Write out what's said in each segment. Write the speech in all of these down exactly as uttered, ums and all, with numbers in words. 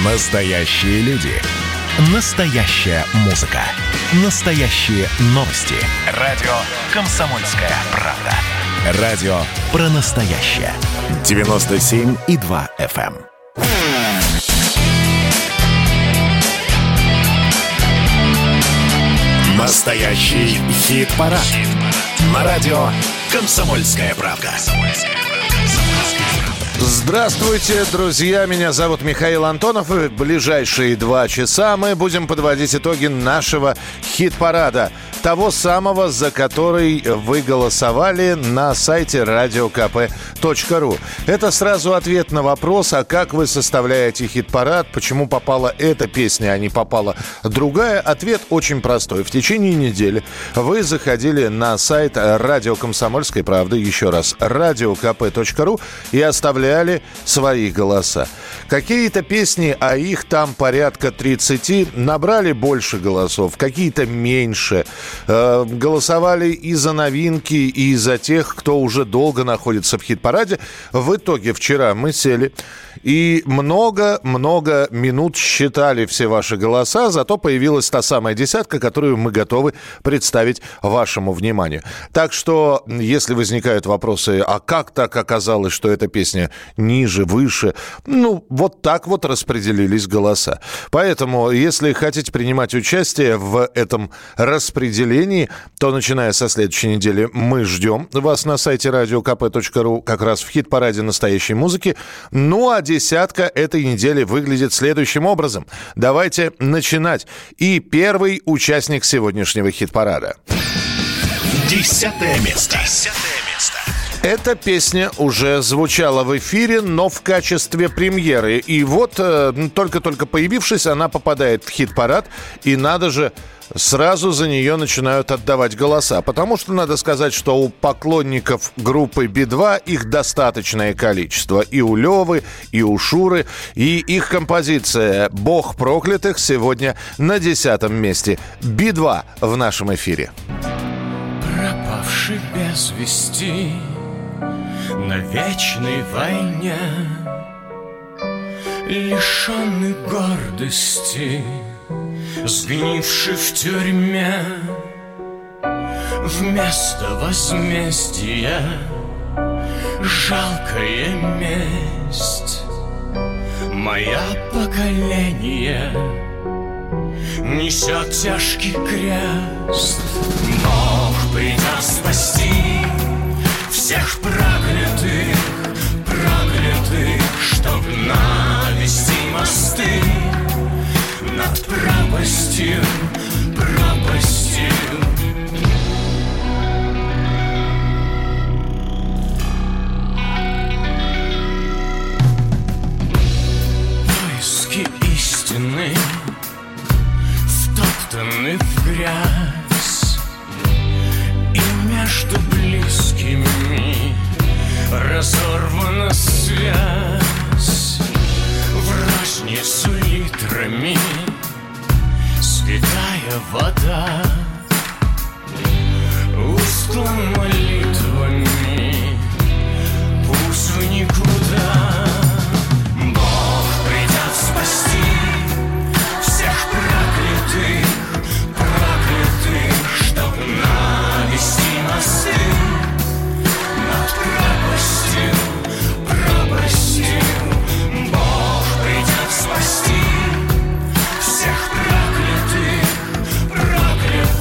Настоящие люди. Настоящая музыка. Настоящие новости. Радио «Комсомольская правда». Радио про настоящее. девяносто семь и два эф эм. Настоящий хит-парад. Хит на радио «Комсомольская правда». Здравствуйте, друзья! Меня зовут Михаил Антонов, и в ближайшие два часа мы будем подводить итоги нашего хит-парада. Того самого, за который вы голосовали на сайте радио ка пэ точка ру. Это сразу ответ на вопрос, а как вы составляете хит-парад, почему попала эта песня, а не попала другая. Ответ очень простой. В течение недели вы заходили на сайт радио «Комсомольской правды», еще раз, радио ка пэ точка ру, и оставляли свои голоса. Какие-то песни, а их там порядка тридцати, набрали больше голосов, какие-то меньше. Голосовали и за новинки, и за тех, кто уже долго находится в хит-параде. В итоге вчера мы сели и много-много минут считали все ваши голоса, зато появилась та самая десятка, которую мы готовы представить вашему вниманию. Так что, если возникают вопросы, а как так оказалось, что эта песня ниже, выше, ну, вот так вот распределились голоса. Поэтому, если хотите принимать участие в этом распределении, то, начиная со следующей недели, мы ждем вас на сайте радио ка пэ точка ру, как раз в хит-параде настоящей музыки. Ну, а десятка этой недели выглядит следующим образом. Давайте начинать. И первый участник сегодняшнего хит-парада. Десятое место. Десятое место. Эта песня уже звучала в эфире, но в качестве премьеры. И вот, э, только-только появившись, она попадает в хит-парад. И надо же, сразу за нее начинают отдавать голоса. Потому что надо сказать, что у поклонников группы би два их достаточное количество. И у Левы, и у Шуры. И их композиция «Бог проклятых» сегодня на десятом месте. би два в нашем эфире. Пропавший без вести на вечной войне, лишенный гордости, сгнивший в тюрьме, вместо возмездия жалкая месть. Мое поколение несет тяжкий крест. Бог придет спасти всех проклятых, проклятых, чтоб навести мосты над пропастью, пропастью. Поиски истины втоптаны в грязь, и между близкими разорвана связь. Врачь несу литрами святая вода, устлан молитвами путь в никуда. Бог придет спасти всех проклятых, проклятых, чтоб навести мосты над пропастью, пропастью. Бог придет спасти всех проклятых, проклятых.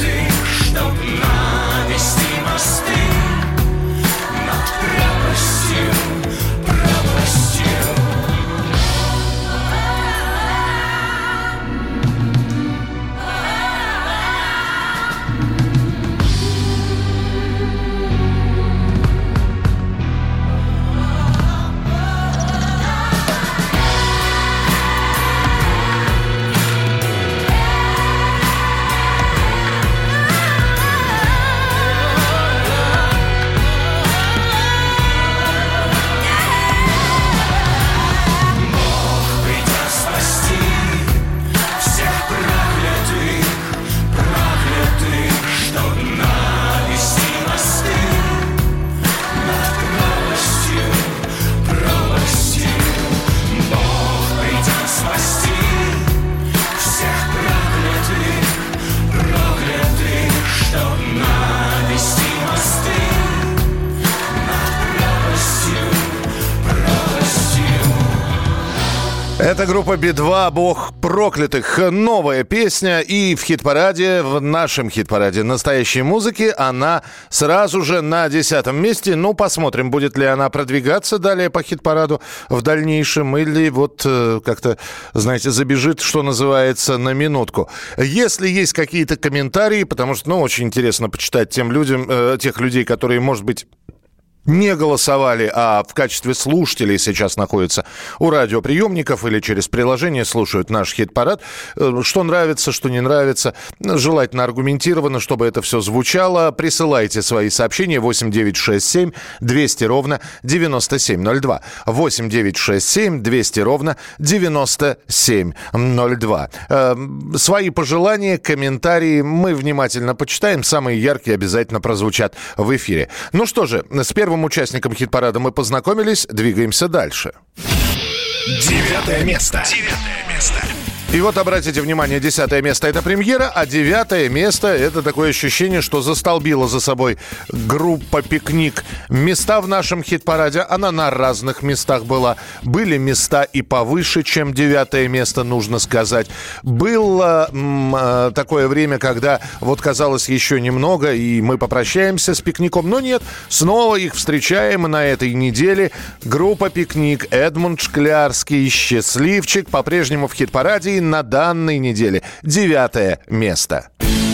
Это группа Би два «Бог проклятых». Новая песня. И в хит-параде, в нашем хит-параде настоящей музыки, она сразу же на десятом месте. Ну, посмотрим, будет ли она продвигаться далее по хит-параду в дальнейшем. Или вот э, как-то, знаете, забежит, что называется, на минутку. Если есть какие-то комментарии, потому что, ну, очень интересно почитать тем людям, э, тех людей, которые, может быть, не голосовали, а в качестве слушателей сейчас находятся у радиоприемников или через приложение слушают наш хит-парад. Что нравится, что не нравится. Желательно аргументированно, чтобы это все звучало. Присылайте свои сообщения восемь девятьсот шестьдесят семь двести ровно девяносто семь ноль два. восемь девятьсот шестьдесят семь двести ровно девяносто семь ноль два. Свои пожелания, комментарии мы внимательно почитаем. Самые яркие обязательно прозвучат в эфире. Ну что же, с первым участником хит-парада мы познакомились. Двигаемся дальше. Девятое место. Девятое место. И вот, обратите внимание, десятое место – это премьера, а девятое место – это такое ощущение, что застолбила за собой группа «Пикник». Места в нашем хит-параде, она на разных местах была. Были места и повыше, чем девятое место, нужно сказать. Было м- такое время, когда вот казалось еще немного, и мы попрощаемся с «Пикником». Но нет, снова их встречаем на этой неделе. Группа «Пикник», Эдмунд Шклярский, «Счастливчик» по-прежнему в хит-параде. На данной неделе девятое место.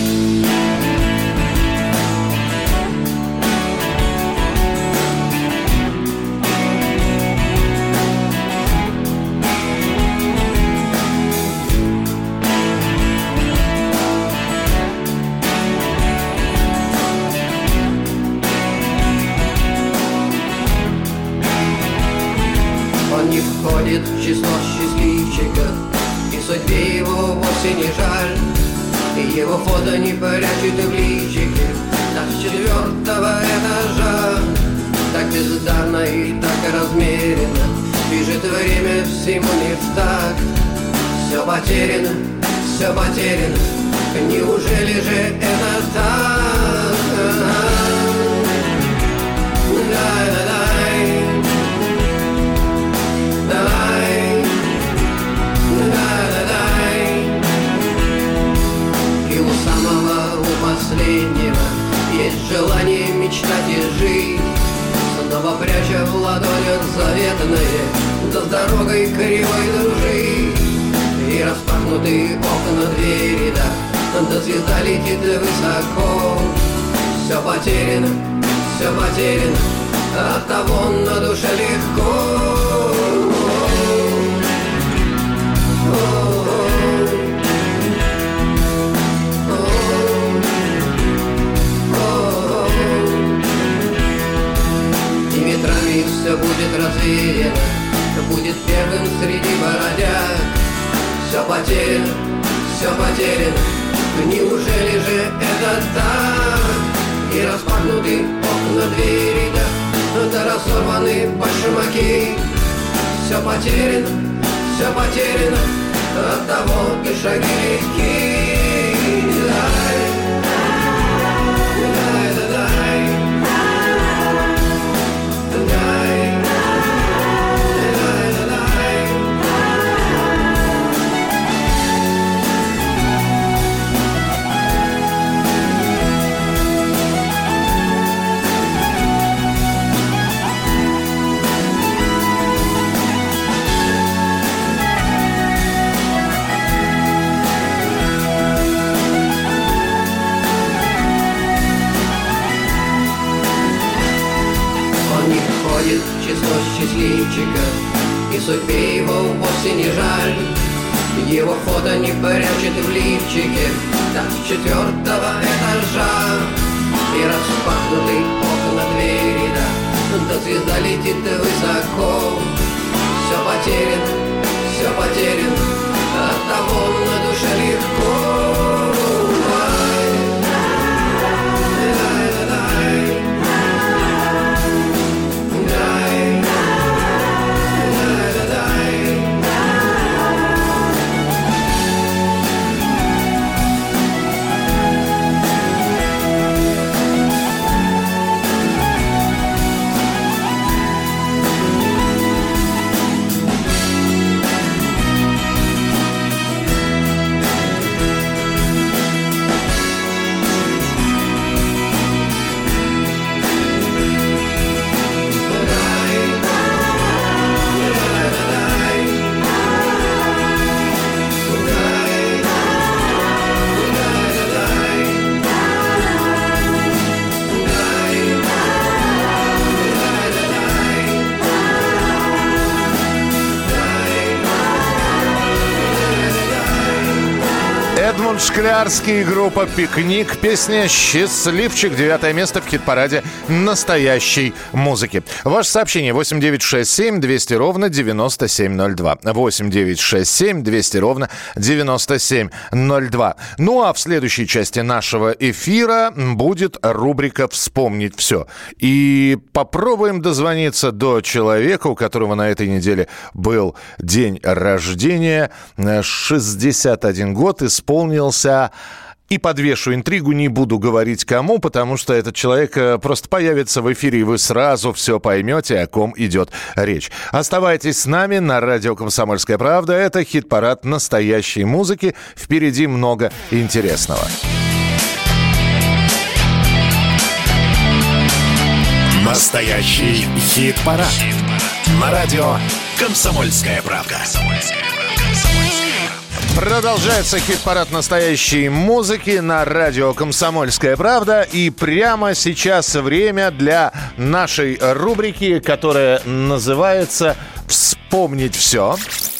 Он не входит в число счастливчиков, судьбе его вовсе не жаль, и его фото не прячет в личике так с четвертого этажа. Так бездарно и так размеренно бежит время всему не в такт. Все потеряно, все потеряно, неужели же это так? Дай-дай-дай, дай. И у самого, у последнего есть желание мечтать и жить, снова пряча в ладонях заветное, да с дорогой кривой дружить. И распахнутые окна двери, да, да звезда летит высоко. Все потеряно, все потеряно, оттого на душе легко. Метрами все будет развеяно, будет первым среди бородяг. Все потеряно, все потеряно, неужели же это так? И распахнуты окна двери, да, да разорваны башмаки. Все потеряно, все потеряно, оттого и шаги легки. Число счастливчиков, и судьбе его вовсе не жаль. Его фото не прячет в лифчике так с четвертого этажа. И распахнуты окна двери, да, да звезда летит высоко. Все потеряно, все потеряно, оттого на душе легко. Эдмунд Шклярский, группа «Пикник». Песня «Счастливчик». Девятое место в хит-параде настоящей музыки. Ваше сообщение восемь девять шесть семь двести ровно девяносто семь ноль два. восемь девять шесть семь двести ровно девяносто семь ноль два. Ну а в следующей части нашего эфира будет рубрика «Вспомнить все». И попробуем дозвониться до человека, у которого на этой неделе был день рождения. шестьдесят один год исполнился. И подвешу интригу, не буду говорить кому, потому что этот человек просто появится в эфире, и вы сразу все поймете, о ком идет речь. Оставайтесь с нами на радио «Комсомольская правда». Это хит-парад настоящей музыки. Впереди много интересного. Настоящий хит-парад. Хит-парад. На радио «Комсомольская правда». Продолжается хит-парад настоящей музыки на радио «Комсомольская правда». И прямо сейчас время для нашей рубрики, которая называется «Вспомнить все».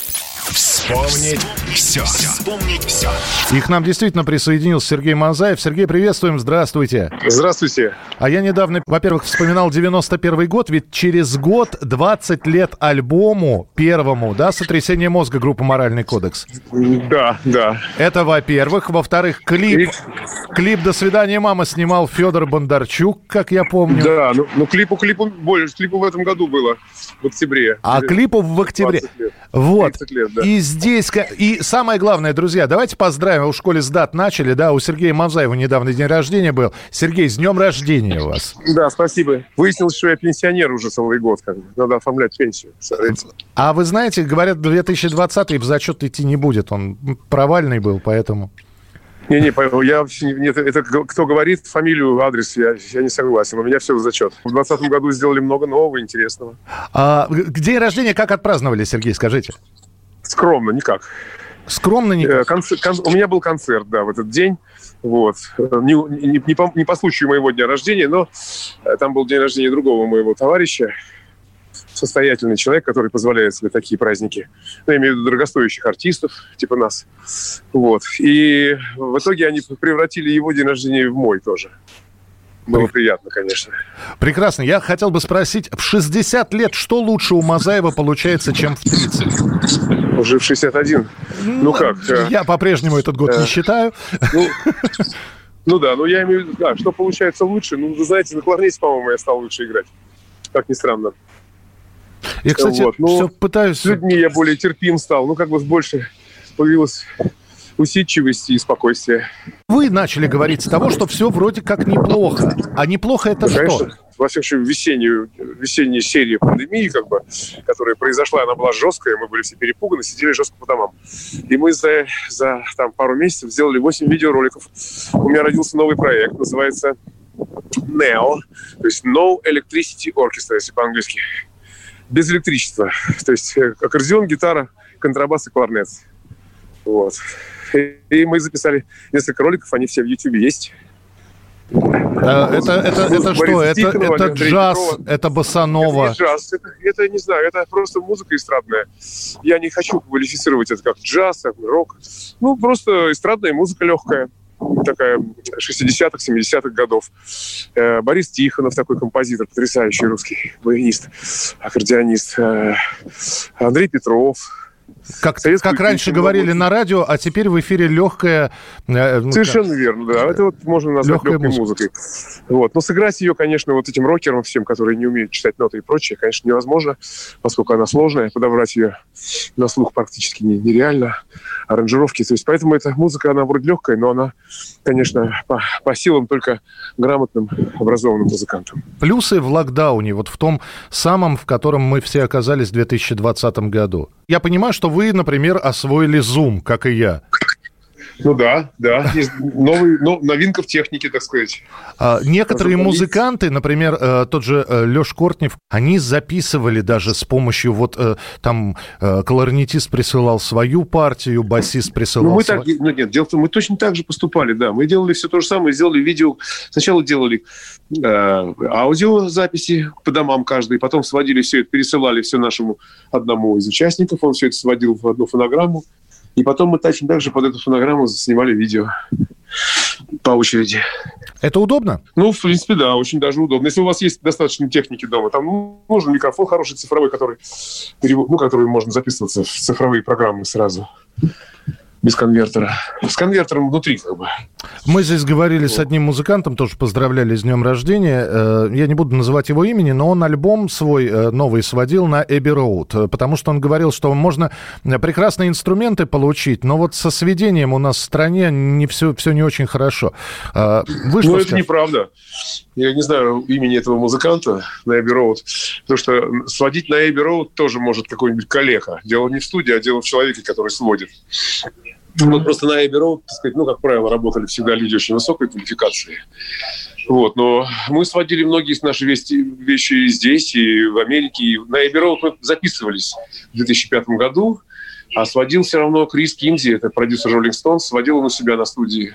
Вспомнить все. Вспомнить все. И к нам действительно присоединился Сергей Мазаев. Сергей, приветствуем, здравствуйте. Здравствуйте. А я недавно, во-первых, вспоминал девяносто первый год, ведь через год двадцать лет альбому первому, да, «Сотрясение мозга» группы «Моральный кодекс». Да, да. Это, во-первых. Во-вторых, клип, клип «До свидания, мама» снимал Федор Бондарчук, как я помню. Да, ну, ну клипу, клипу больше, клипу в этом году было, в октябре. А клипу в октябре. Лет. Вот. Лет, да. И здесь, и самое главное, друзья, давайте поздравим, у школе с дат начали, да, у Сергея Мазаева недавно день рождения был. Сергей, с днем рождения у вас. Да, спасибо. Выяснилось, что я пенсионер уже целый год, как бы. Надо оформлять пенсию. А вы знаете, говорят, две тысячи двадцатый в зачет идти не будет, он провальный был, поэтому... Не-не, я нет, это кто говорит фамилию, адрес, я, я не согласен. У меня все в зачет. В двадцатом году сделали много нового, интересного. А день рождения как отпраздновали, Сергей, скажите? Скромно, никак. Скромно никак? Концерт, кон, у меня был концерт, да, в этот день. Вот. Не, не, не, по, не по случаю моего дня рождения, но там был день рождения другого моего товарища. Состоятельный человек, который позволяет себе такие праздники. Ну, я имею в виду дорогостоящих артистов, типа нас. Вот. И в итоге они превратили его день рождения в мой тоже. Было При... приятно, конечно. Прекрасно. Я хотел бы спросить, в шестьдесят лет что лучше у Мазаева получается, чем в тридцать? Уже в шестьдесят один. Ну, ну как? Я по-прежнему этот год а, не считаю. Ну, ну да, но я имею в виду, да, что получается лучше. Ну, вы знаете, на кларнете, по-моему, я стал лучше играть. Как ни странно. Я, кстати, вот. ну, все пытаюсь... С людьми я более терпим стал. Ну, как бы больше появилось усидчивости и спокойствия. Вы начали говорить с того, что все вроде как неплохо. А неплохо это да, что? Конечно, во всяком случае, весеннюю, весенняя серия пандемии, как бы, которая произошла, она была жесткая, мы были все перепуганы, сидели жестко по домам. И мы за, за там, пару месяцев сделали восемь видеороликов. У меня родился новый проект, называется нео, то есть No Electricity Orchestra, если по-английски. Без электричества. То есть аккордеон, гитара, контрабас и кларнет. Вот. И мы записали несколько роликов, они все в Ютубе есть. А, это это, это что? Это, это джаз, Петрова. Это боссанова? Это не джаз, это, это, не знаю, это просто музыка эстрадная. Я не хочу квалифицировать это как джаз, как рок. Ну, просто эстрадная музыка легкая. Такая шестидесятых, семидесятых годов. Э, Борис Тихонов, такой композитор, потрясающий русский баянист, аккордеонист. Э, Андрей Петров. Как, как раньше говорили на радио, а теперь в эфире легкая... Э, ну, Совершенно как... верно, да. Это вот можно назвать легкой музыка. музыкой. Вот. Но сыграть ее, конечно, вот этим рокерам всем, которые не умеют читать ноты и прочее, конечно, невозможно, поскольку она сложная. Подобрать ее на слух практически нереально. Аранжировки. То есть, поэтому эта музыка, она вроде легкая, но она, конечно, по, по силам только грамотным, образованным музыкантам. Плюсы в локдауне, вот в том самом, в котором мы все оказались в две тысячи двадцатом году. Я понимаю, что вы, например, освоили Zoom, как и я. Ну да, да. Есть новый, ну, новинка в технике, так сказать. А, некоторые музыканты, например, э, тот же э, Лёш Кортнев, они записывали даже с помощью, вот э, там э, кларнетист присылал свою партию, басист присылал ну, мы свою. Так, ну, нет, дело в том, мы точно так же поступали, да. Мы делали все то же самое, сделали видео. Сначала делали э, аудиозаписи по домам каждый, потом сводили все это, пересылали все нашему одному из участников, он все это сводил в одну фонограмму. И потом мы точно так же под эту фонограмму снимали видео по очереди. Это удобно? Ну, в принципе, да, очень даже удобно. Если у вас есть достаточно техники дома, там нужен микрофон хороший цифровой, который, ну, который можно записываться в цифровые программы сразу. Без конвертера. С конвертером внутри, как бы. Мы здесь говорили с одним музыкантом, тоже поздравляли с днем рождения. Я не буду называть его имени, но он альбом свой новый сводил на Abbey Road, потому что он говорил, что можно прекрасные инструменты получить, но вот со сведением у нас в стране не все, все не очень хорошо. Вы ну, что это скажете? неправда. Я не знаю имени этого музыканта на Abbey Road, потому что сводить на Abbey Road тоже может какой-нибудь коллега. Дело не в студии, а дело в человеке, который сводит. Вот просто на Abbey Road, так сказать, ну, как правило, работали всегда люди очень высокой квалификации. Вот, но мы сводили многие из наших вещи и здесь, и в Америке. И на Abbey Road мы записывались в две тысячи пятом году, а сводил все равно Крис Кинзи, это продюсер Rolling Stones, сводил он у себя на студии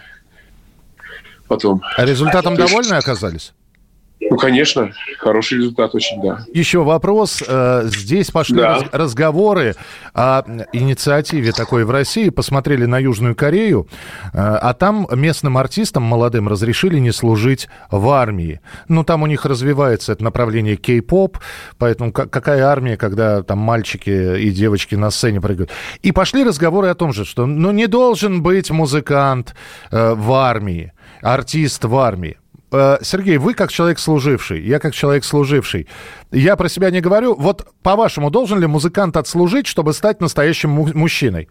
потом. А результатом довольны оказались? Ну, конечно, хороший результат очень, да. Еще вопрос. Здесь пошли да. раз- разговоры о инициативе такой в России. Посмотрели на Южную Корею, а там местным артистам молодым разрешили не служить в армии. Ну, там у них развивается это направление кей-поп, поэтому какая армия, когда там мальчики и девочки на сцене прыгают. И пошли разговоры о том же, что ну, не должен быть музыкант в армии, артист в армии. Сергей, вы как человек служивший, я как человек служивший, я про себя не говорю. Вот, по-вашему, должен ли музыкант отслужить, чтобы стать настоящим му- мужчиной?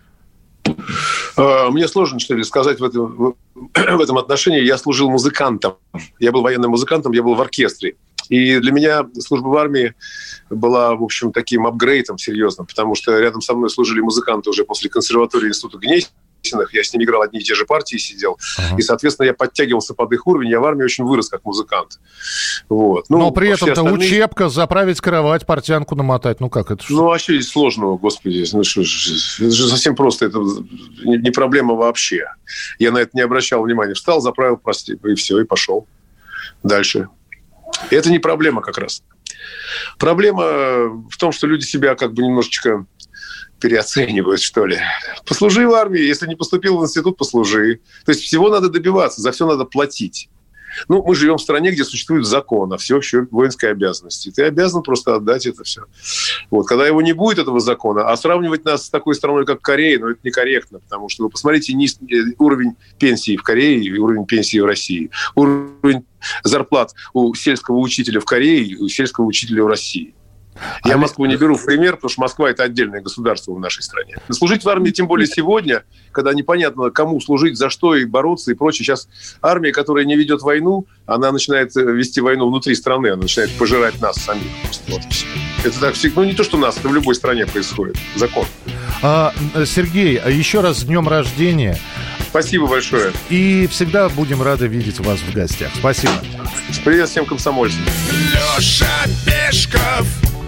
Мне сложно, что ли, сказать в этом, в этом отношении. Я служил музыкантом. Я был военным музыкантом, я был в оркестре. И для меня служба в армии была, в общем, таким апгрейдом серьезным, потому что рядом со мной служили музыканты уже после консерватории института Гнесиных. Я с ними играл одни и те же партии, сидел. Uh-huh. И, соответственно, я подтягивался под их уровень. Я в армии очень вырос как музыкант. Вот. Ну, но при этом-то остальные... учебка, заправить кровать, портянку намотать. Ну как это? Ну, а что здесь сложного, господи? Ну, что ж, это же совсем просто. Это не проблема вообще. Я на это не обращал внимания. Встал, заправил, прости, и все, и пошел дальше. И это не проблема как раз. Проблема в том, что люди себя как бы немножечко... переоценивают, что ли. Послужи в армии, если не поступил в институт, послужи. То есть всего надо добиваться, за все надо платить. Ну, мы живем в стране, где существует закон о всеобщей воинской обязанности. Ты обязан просто отдать это все. Вот. Когда его не будет, этого закона, а сравнивать нас с такой страной, как Корея, ну, это некорректно, потому что вы посмотрите низ... уровень пенсии в Корее и уровень пенсии в России. Уровень зарплат у сельского учителя в Корее и у сельского учителя в России. Я а Москву не беру в пример, потому что Москва – это отдельное государство в нашей стране. Служить в армии, тем более сегодня, когда непонятно, кому служить, за что и бороться и прочее. Сейчас армия, которая не ведет войну, она начинает вести войну внутри страны, она начинает пожирать нас самих. Вот. Это так всегда, ну не то, что нас, это в любой стране происходит. Закон. А, Сергей, еще раз с днем рождения. Спасибо большое. И всегда будем рады видеть вас в гостях. Спасибо. Привет всем комсомольцам. Леша Пешков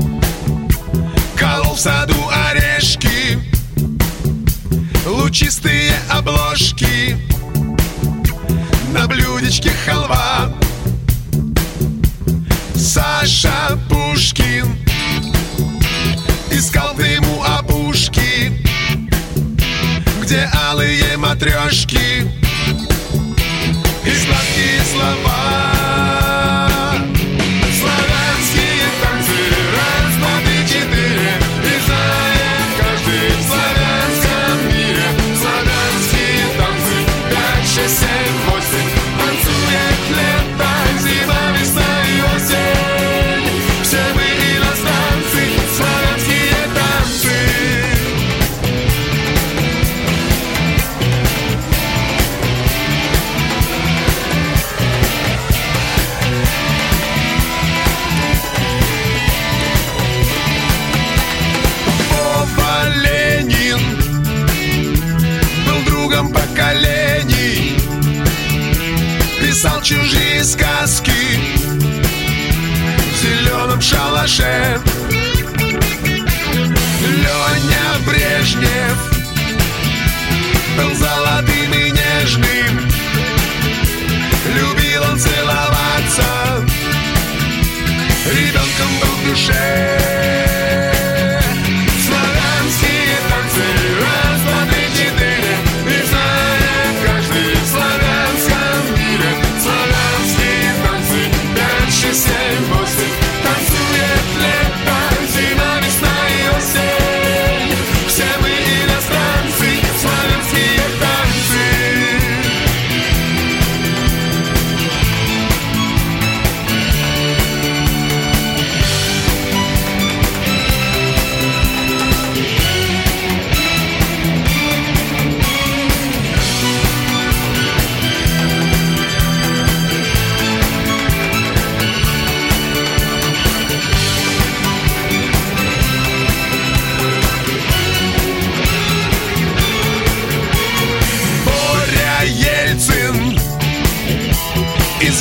колол в саду орешки, лучистые обложки, на блюдечке халва. Саша Пушкин искал дыму опушки, где алые матрешки и сладкие слова. Славянские танцы, раз, два, три, четыре, и знает каждый в славянском мире. Славянские танцы, пять, шесть, семь, восемь, танцует лето, зима, весна и осень. Все мы иностранцы, славянские танцы. Поколений писал чужие сказки в зеленом шалаше. Леня Брежнев был золотым и нежным, любил он целоваться, ребенком был в душе. Славянские танцы, раз, два, три, четыре.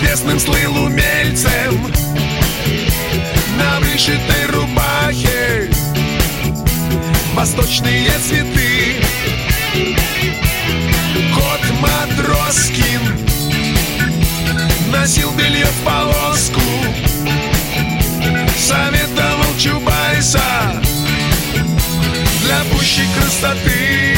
известным слыл умельцем. На вышитой рубахе восточные цветы. Кот Матроскин носил белье в полоску, советовал Чубайса для пущей красоты.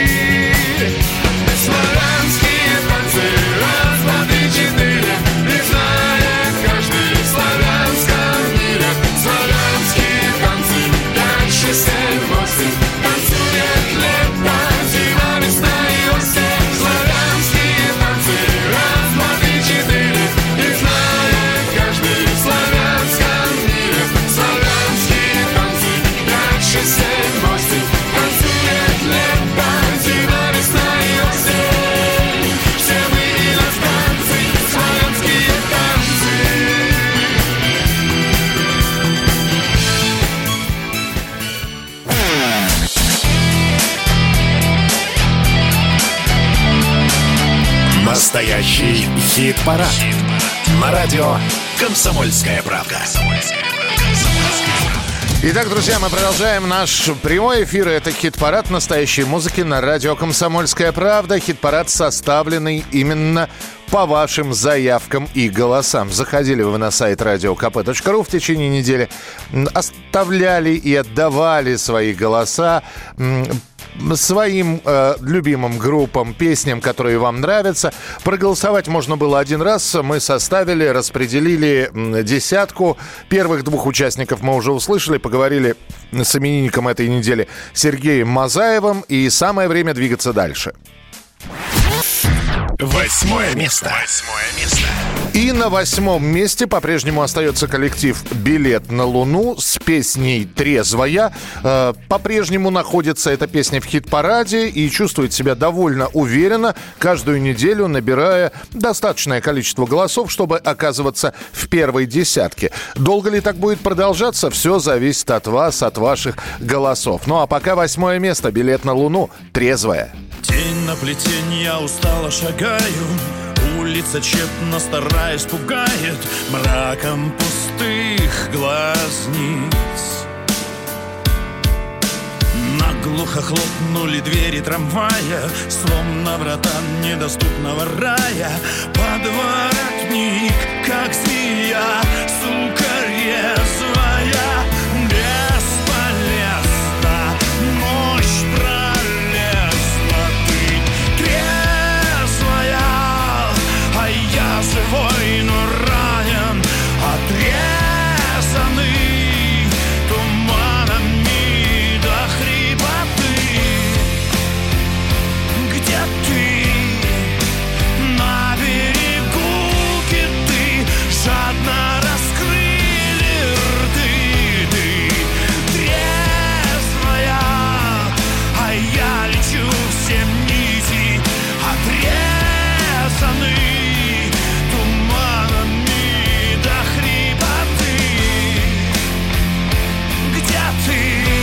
Славянские танцы, раз, два, три, четыре, их знает каждый в славянском мире. Славянские танцы, пять, шесть, семь, восемь, танцует лето, зима, весна и осень. Славянские танцы, раз, два, три, четыре, их знает каждый в славянском мире. Славянские танцы, пять, шесть, семь, восемь, танцует лето, зима, весна и осень. Все мы иностранцы, славянские танцы. Настоящий хит-парад. На радио «Комсомольская правда». Итак, друзья, мы продолжаем наш прямой эфир. Это хит-парад настоящей музыки на радио «Комсомольская правда». Хит-парад, составленный именно по вашим заявкам и голосам. Заходили вы на сайт радио ка пэ точка ру в течение недели, оставляли и отдавали свои голоса своим э, любимым группам, песням, которые вам нравятся. Проголосовать можно было один раз. Мы составили, распределили десятку. Первых двух участников мы уже услышали, поговорили с именинником этой недели Сергеем Мазаевым. И самое время двигаться дальше. Восьмое место. Восьмое место. И на восьмом месте по-прежнему остается коллектив «Билет на Луну» с песней «Трезвая». Э, по-прежнему находится эта песня в хит-параде и чувствует себя довольно уверенно, каждую неделю набирая достаточное количество голосов, чтобы оказываться в первой десятке. Долго ли так будет продолжаться? Все зависит от вас, от ваших голосов. Ну а пока восьмое место. «Билет на Луну», «Трезвая». Тень на плетень, я устало шагаю. Улица тщетно стараясь пугает мраком пустых глазниц. Наглухо хлопнули двери трамвая, словно врата недоступного рая. Под воротник, как змея, сука резвая. Бесполезна, мощь пролезла. Ты трезвая, а я живой, но ранен, отрезанный туманами до хрипоты. Где ты? На берегу киты жадно раскрыли рты. Ты трезвая, а я лечу все нити, отрезанный туманами до хрипоты. Где ты?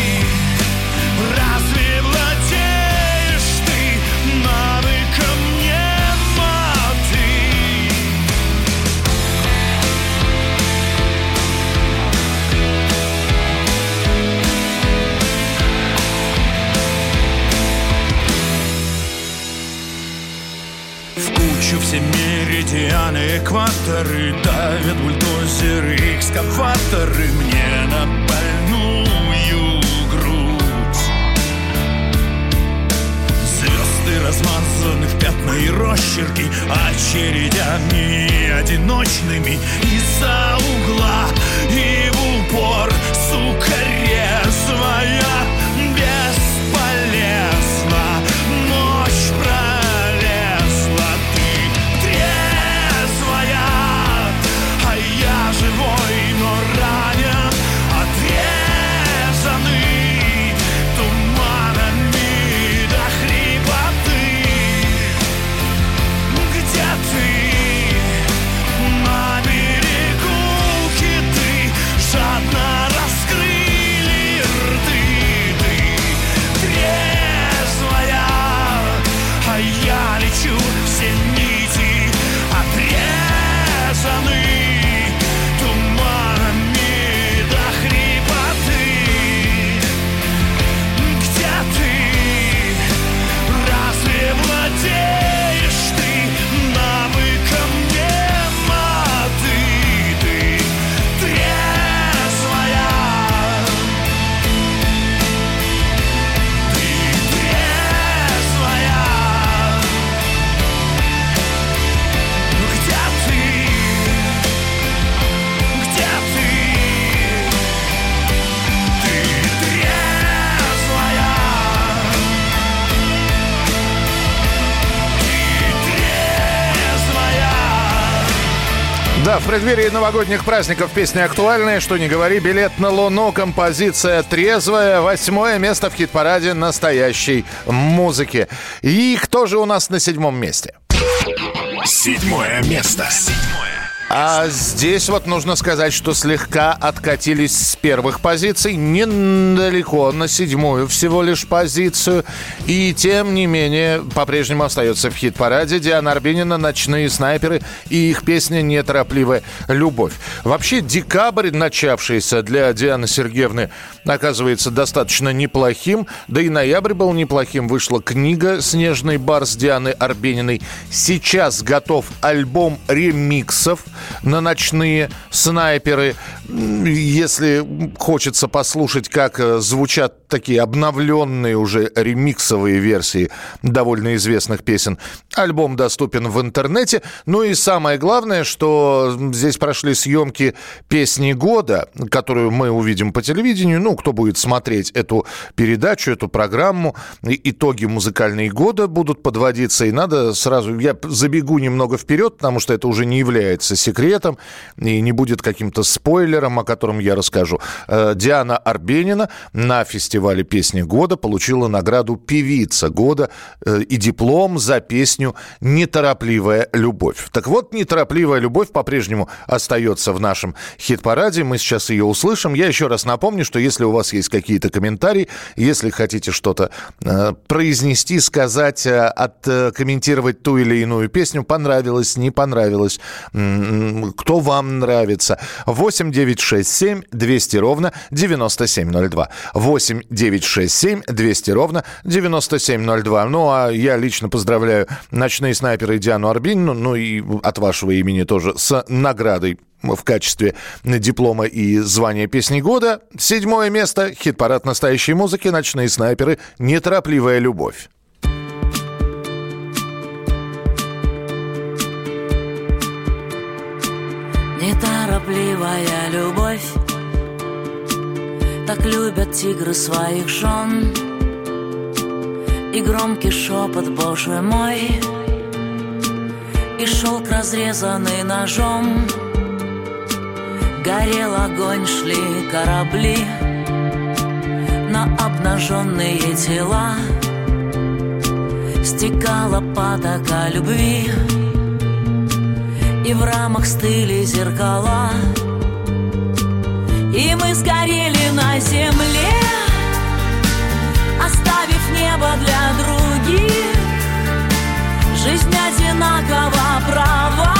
Разве владеешь ты навыком немоты? В кучу все меридианы, экваторы, давят бульдозеры, экскаваторы мне на больную грудь. Звезды размазаны в пятна и росчерки, очередями одиночными из-за угла и в упор, сука резвая. Бесполезна, ночь пролезла. Ты трезвая, а я живой, но ранен, отрезанный туманами до хрипоты. Где ты? На берегу киты жадно Да, в преддверии новогодних праздников песни актуальные, что не говори, «Билет на Луну», композиция трезвая, восьмое место в хит-параде настоящей музыки. И кто же у нас на седьмом месте? Седьмое место. А здесь вот нужно сказать, что слегка откатились с первых позиций, недалеко, на седьмую всего лишь позицию. И тем не менее, по-прежнему остается в хит-параде Диана Арбенина, «Ночные снайперы» и их песня «Неторопливая любовь». Вообще, декабрь, начавшийся для Дианы Сергеевны, оказывается достаточно неплохим. Да и ноябрь был неплохим. Вышла книга «Снежный барс» Дианы Арбениной. Сейчас готов альбом ремиксов на «Ночные снайперы». Если хочется послушать, как звучат такие обновленные уже ремиксовые версии довольно известных песен, альбом доступен в интернете. Ну и самое главное, что здесь прошли съемки «Песни года», которую мы увидим по телевидению. Ну, кто будет смотреть эту передачу, эту программу, итоги музыкальные года будут подводиться. И надо сразу... Я забегу немного вперед, потому что это уже не является секретом и не будет каким-то спойлером, о котором я расскажу. Диана Арбенина на фестивале «Песни года» получила награду «Певица года» и диплом за песню «Неторопливая любовь». Так вот, «Неторопливая любовь» по-прежнему остается в нашем хит-параде. Мы сейчас ее услышим. Я еще раз напомню, что если у вас есть какие-то комментарии, если хотите что-то э, произнести, сказать, э, откомментировать ту или иную песню, понравилось, не понравилось, кто вам нравится. восемь девятьсот шестьдесят семь двести ровно девяносто семь ноль два. восемь девятьсот шестьдесят семь двести ровно девяносто семь ноль два. Ну, а я лично поздравляю «Ночные снайперы» Диану Арбенину, ну и от вашего имени тоже, с наградой в качестве диплома и звания «Песни года». Седьмое место. Хит-парад настоящей музыки. «Ночные снайперы». «Неторопливая любовь». Неторопливая любовь, так любят тигры своих жен. И громкий шепот, Боже мой, и шелк, разрезанный ножом. Горел огонь, шли корабли на обнаженные тела. Стекала потока любви, и в рамах стыли зеркала. И мы сгорели на земле, оставив небо для других. Жизнь одинаково права,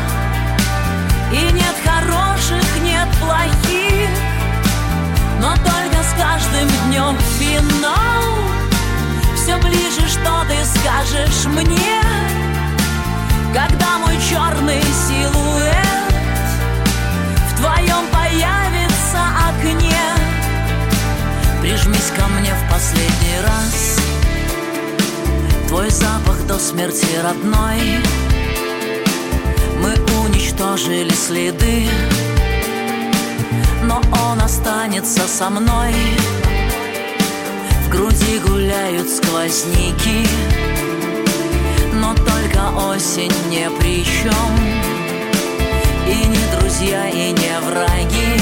и нет хороших, нет плохих. Но только с каждым днем финал. Все ближе, что ты скажешь мне, когда мой черный силуэт в твоем появится окне. Прижмись ко мне в последний раз, твой запах до смерти родной. Мы уничтожили следы, но он останется со мной. В груди гуляют сквозняки, но только осень не при чем. И не друзья, и не враги,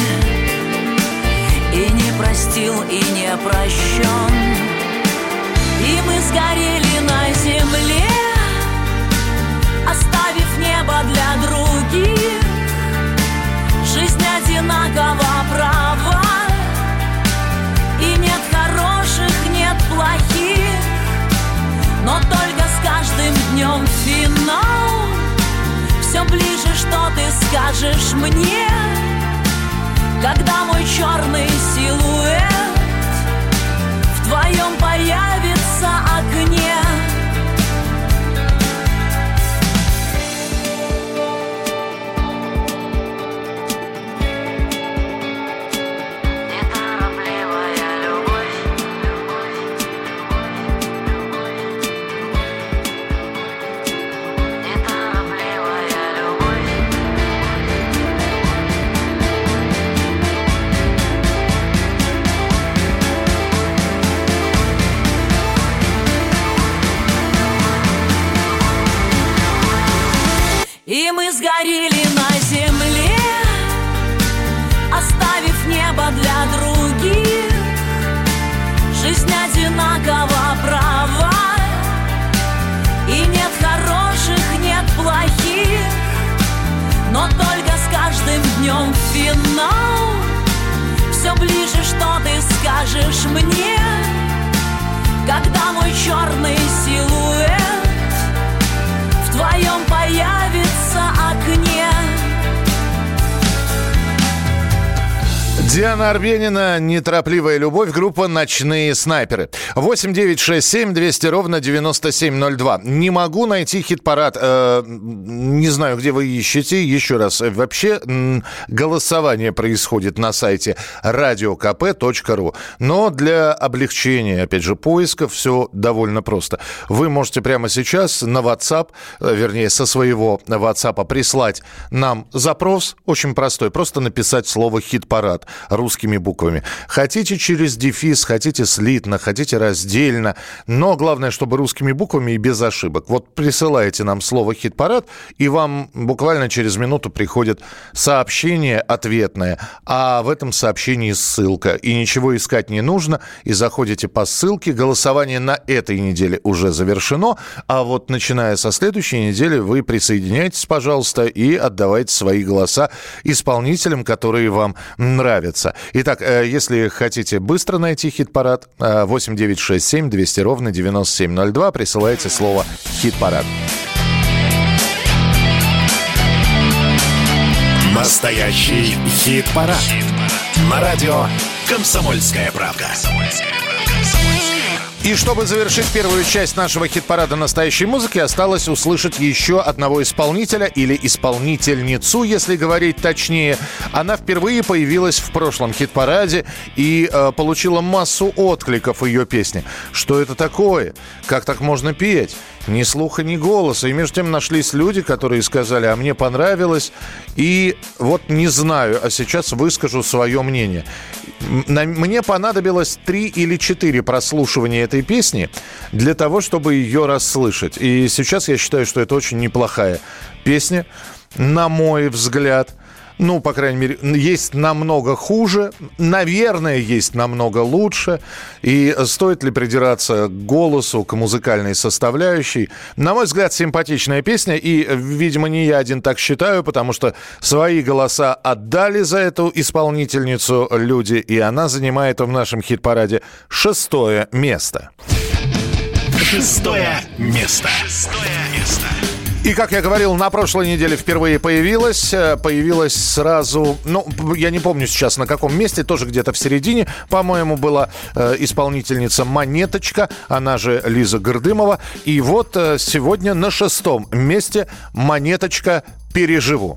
и не простил, и не прощен. И мы сгорели на земле, оставив небо для других. Жизнь одинаково права, и нет хороших, нет плохих. Но только с каждым днем финал. Все ближе, что ты скажешь мне, когда мой черный силуэт в твоем появится окне. И мы сгорели на земле, ты скажешь мне, когда мой черный силуэт в твоем появится окне? Диана Арбенина, «Неторопливая любовь», группа «Ночные снайперы». восемь девять шесть семь двести ровно девяносто семь ноль два. Не могу найти хит-парад. Э, не знаю, где вы ищете. Еще раз. Вообще м, голосование происходит на сайте радио ка пэ точка ру. Но для облегчения, опять же, поисков все довольно просто. Вы можете прямо сейчас на WhatsApp, вернее, со своего WhatsApp прислать нам запрос. Очень простой. Просто написать слово «хит-парад» русскими буквами. Хотите через дефис, хотите слитно, хотите раздельно, но главное, чтобы русскими буквами и без ошибок. Вот присылаете нам слово «хит-парад», и вам буквально через минуту приходит сообщение ответное, а в этом сообщении ссылка. И ничего искать не нужно, и заходите по ссылке. Голосование на этой неделе уже завершено, а вот начиная со следующей недели вы присоединяйтесь, пожалуйста, и отдавайте свои голоса исполнителям, которые вам нравятся. Итак, если хотите быстро найти хит-парад, восемь девять шесть семь двести ровно девяносто семь ноль два, присылайте слово «хит-парад». Настоящий хит-парад. Хит-парад. На радио «Комсомольская правда». И чтобы завершить первую часть нашего хит-парада настоящей музыки, осталось услышать еще одного исполнителя или исполнительницу, если говорить точнее. Она впервые появилась в прошлом хит-параде и э, получила массу откликов ее песни. Что это такое? Как так можно петь? Ни слуха, ни голоса. И между тем нашлись люди, которые сказали: а мне понравилось. И вот не знаю, а сейчас выскажу свое мнение. Мне понадобилось три или четыре прослушивания этой песни для того, чтобы ее расслышать. И сейчас я считаю, что это очень неплохая песня, на мой взгляд. Ну, по крайней мере, есть намного хуже, наверное, есть намного лучше. И стоит ли придираться к голосу, к музыкальной составляющей? На мой взгляд, симпатичная песня. И, видимо, не я один так считаю, потому что свои голоса отдали за эту исполнительницу люди. И она занимает в нашем хит-параде шестое место. Шестое место. Шестое место. И, как я говорил, на прошлой неделе впервые появилась. Появилась сразу, ну, я не помню сейчас на каком месте, тоже где-то в середине, по-моему, была э, исполнительница «Монеточка», она же Лиза Гордымова. И вот э, сегодня на шестом месте «Монеточка. Переживу».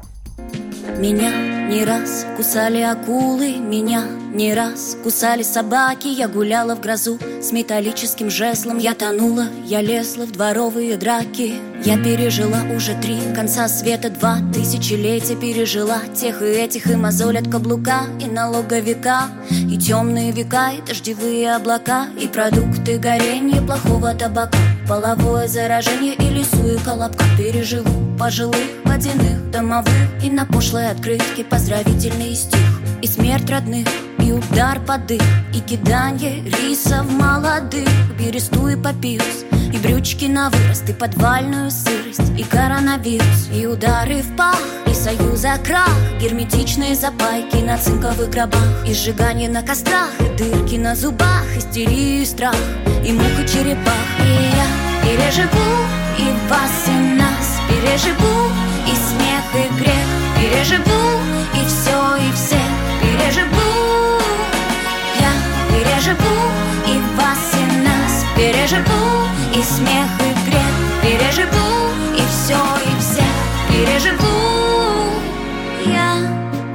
Меня не раз кусали акулы, меня не раз кусали собаки. Я гуляла в грозу с металлическим жезлом. Я тонула, я лезла в дворовые драки. Я пережила уже три конца света, два тысячелетия пережила. Тех и этих, и мозоль от каблука, и налоговика, и темные века, и дождевые облака, и продукты горения плохого табака, половое заражение и лесу, и колобка. Переживу пожилых, водяных, домовых, и на пошлой открытке поздравительный стих, и смерть родных, и удар под дых, и киданье рисов молодых, бересту и папирус, и брючки на вырост, и подвальную сырость, и коронавирус, и удары в пах, и союза крах, герметичные запайки на цинковых гробах, и сжигание на кострах, и дырки на зубах, истерию и страх, и мух и черепах. И я переживу и вас, и нас, переживу и смех, и грех, переживу и все, и всех, переживу. Я переживу и вас, и нас, переживу и смех, и грех, переживу и все, и всех, переживу. Я.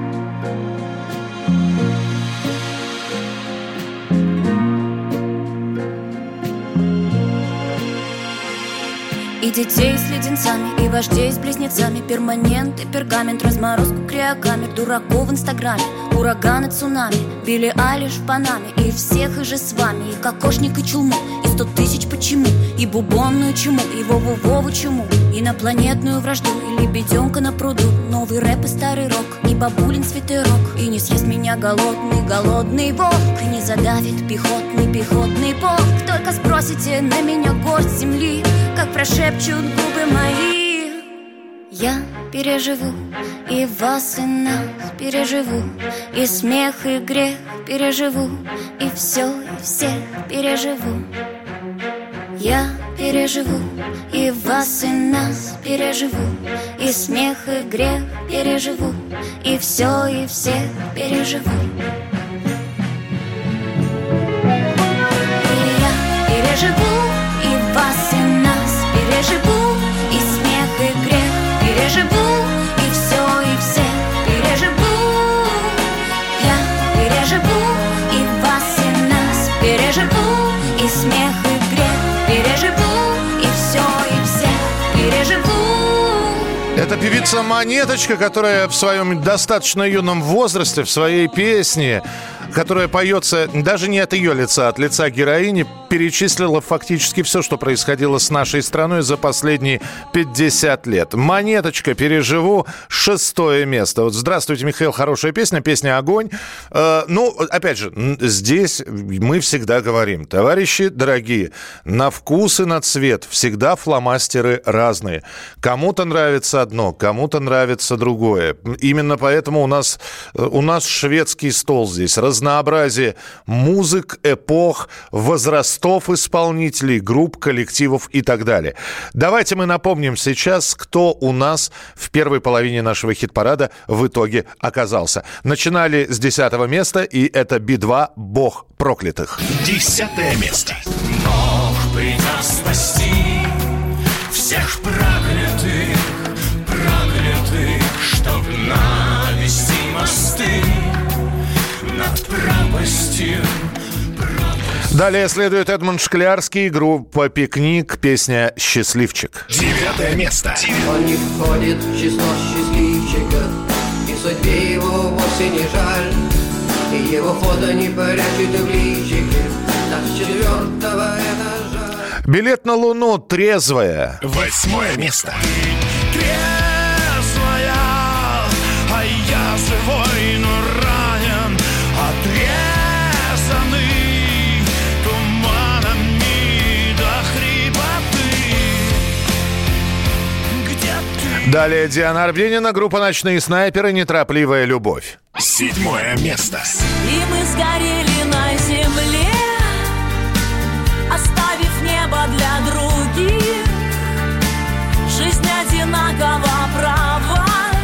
И детей с леденцами, и вождей с близнецами, перманент и пергамент, разморозку криокамер, дураков в инстаграме, ураганы, цунами, Билли Айлиш в Панаме, и всех и же с вами, и кокошник, и чулму, и сто тысяч почему, и бубонную чуму, и Вову-Вову чуму, инопланетную вражду, и лебеденка на пруду, новый рэп и старый рок, и бабулин свитерок, и не съест меня голодный, голодный волк, и не задавит пехотный, пехотный полк. Только сбросите на меня горсть земли, как прошепчут губы мои. Я переживу и вас, и нас, переживу и смех, и грех, переживу, и все, и всех переживу. Я переживу и вас, и нас переживу, и смех, и грех переживу, и все, и всех переживу. И я переживу и вас, и нас переживу, и смех, и грех переживу, и все, и всех переживу. Я переживу и вас, и нас переживу, и смех, и грех переживу, и все, и всех переживу. Это певица Монеточка, которая в своем достаточно юном возрасте, в своей песне, которая поется даже не от ее лица, а от лица героини, перечислила фактически все, что происходило с нашей страной за последние пятьдесят лет. «Монеточка, переживу», шестое место. Вот здравствуйте, Михаил, хорошая песня, песня «Огонь». Э, ну, опять же, здесь мы всегда говорим, товарищи дорогие, на вкус и на цвет всегда фломастеры разные. Кому-то нравится одно, кому-то нравится другое. Именно поэтому у нас, у нас шведский стол здесь, разнообразие музык, эпох, возрастов исполнителей, групп, коллективов и так далее. Давайте мы напомним сейчас, кто у нас в первой половине нашего хит-парада в итоге оказался. Начинали с десятого места, и это Би два «Бог проклятых». Десятое место. Бог придет спасти всех проклятых, проклятых, чтоб навести мосты над пропастью. Далее следует Эдмунд Шклярский, группа «Пикник», песня «Счастливчик». Девятое место. Он не входит в число счастливчиков, и судьбе его вовсе не жаль, и его фото не прячут в личике, так с четвертого этажа. Билет на Луну, трезвая. Восьмое место. Трезвая, а я живой, но ранен, отрезанный туманами до хрипоты. Где ты? Далее Диана Арбенина, группа «Ночные снайперы», «Неторопливая любовь». Седьмое место. И мы сгорели на земле, оставив небо для других. Жизнь одинакова права,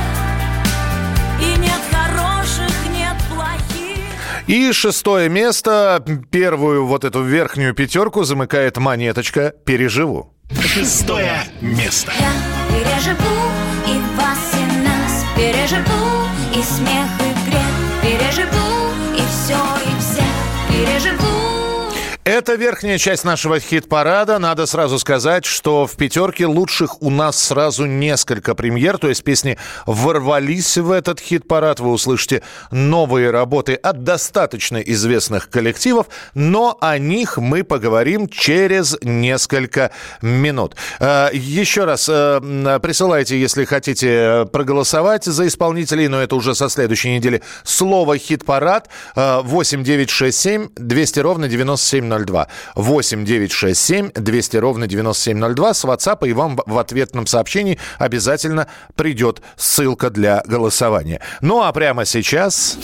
и нет хороших, нет плохих. И шестое место, первую вот эту верхнюю пятерку замыкает Монеточка «Переживу». Шестое место. Я переживу и вас, и нас переживу, и смех, и грех переживу, и все, и всех переживу. Это верхняя часть нашего хит-парада. Надо сразу сказать, что в пятерке лучших у нас сразу несколько премьер. То есть песни ворвались в этот хит-парад. Вы услышите новые работы от достаточно известных коллективов. Но о них мы поговорим через несколько минут. Еще раз присылайте, если хотите проголосовать за исполнителей. Но это уже со следующей недели. Слово «хит-парад» восемь девятьсот шестьдесят семь двести ровно девяносто семь ноль два. восемь девятьсот шестьдесят семь двести ровно девяносто семь ноль два с WhatsApp, и вам в ответном сообщении обязательно придет ссылка для голосования. Ну а прямо сейчас...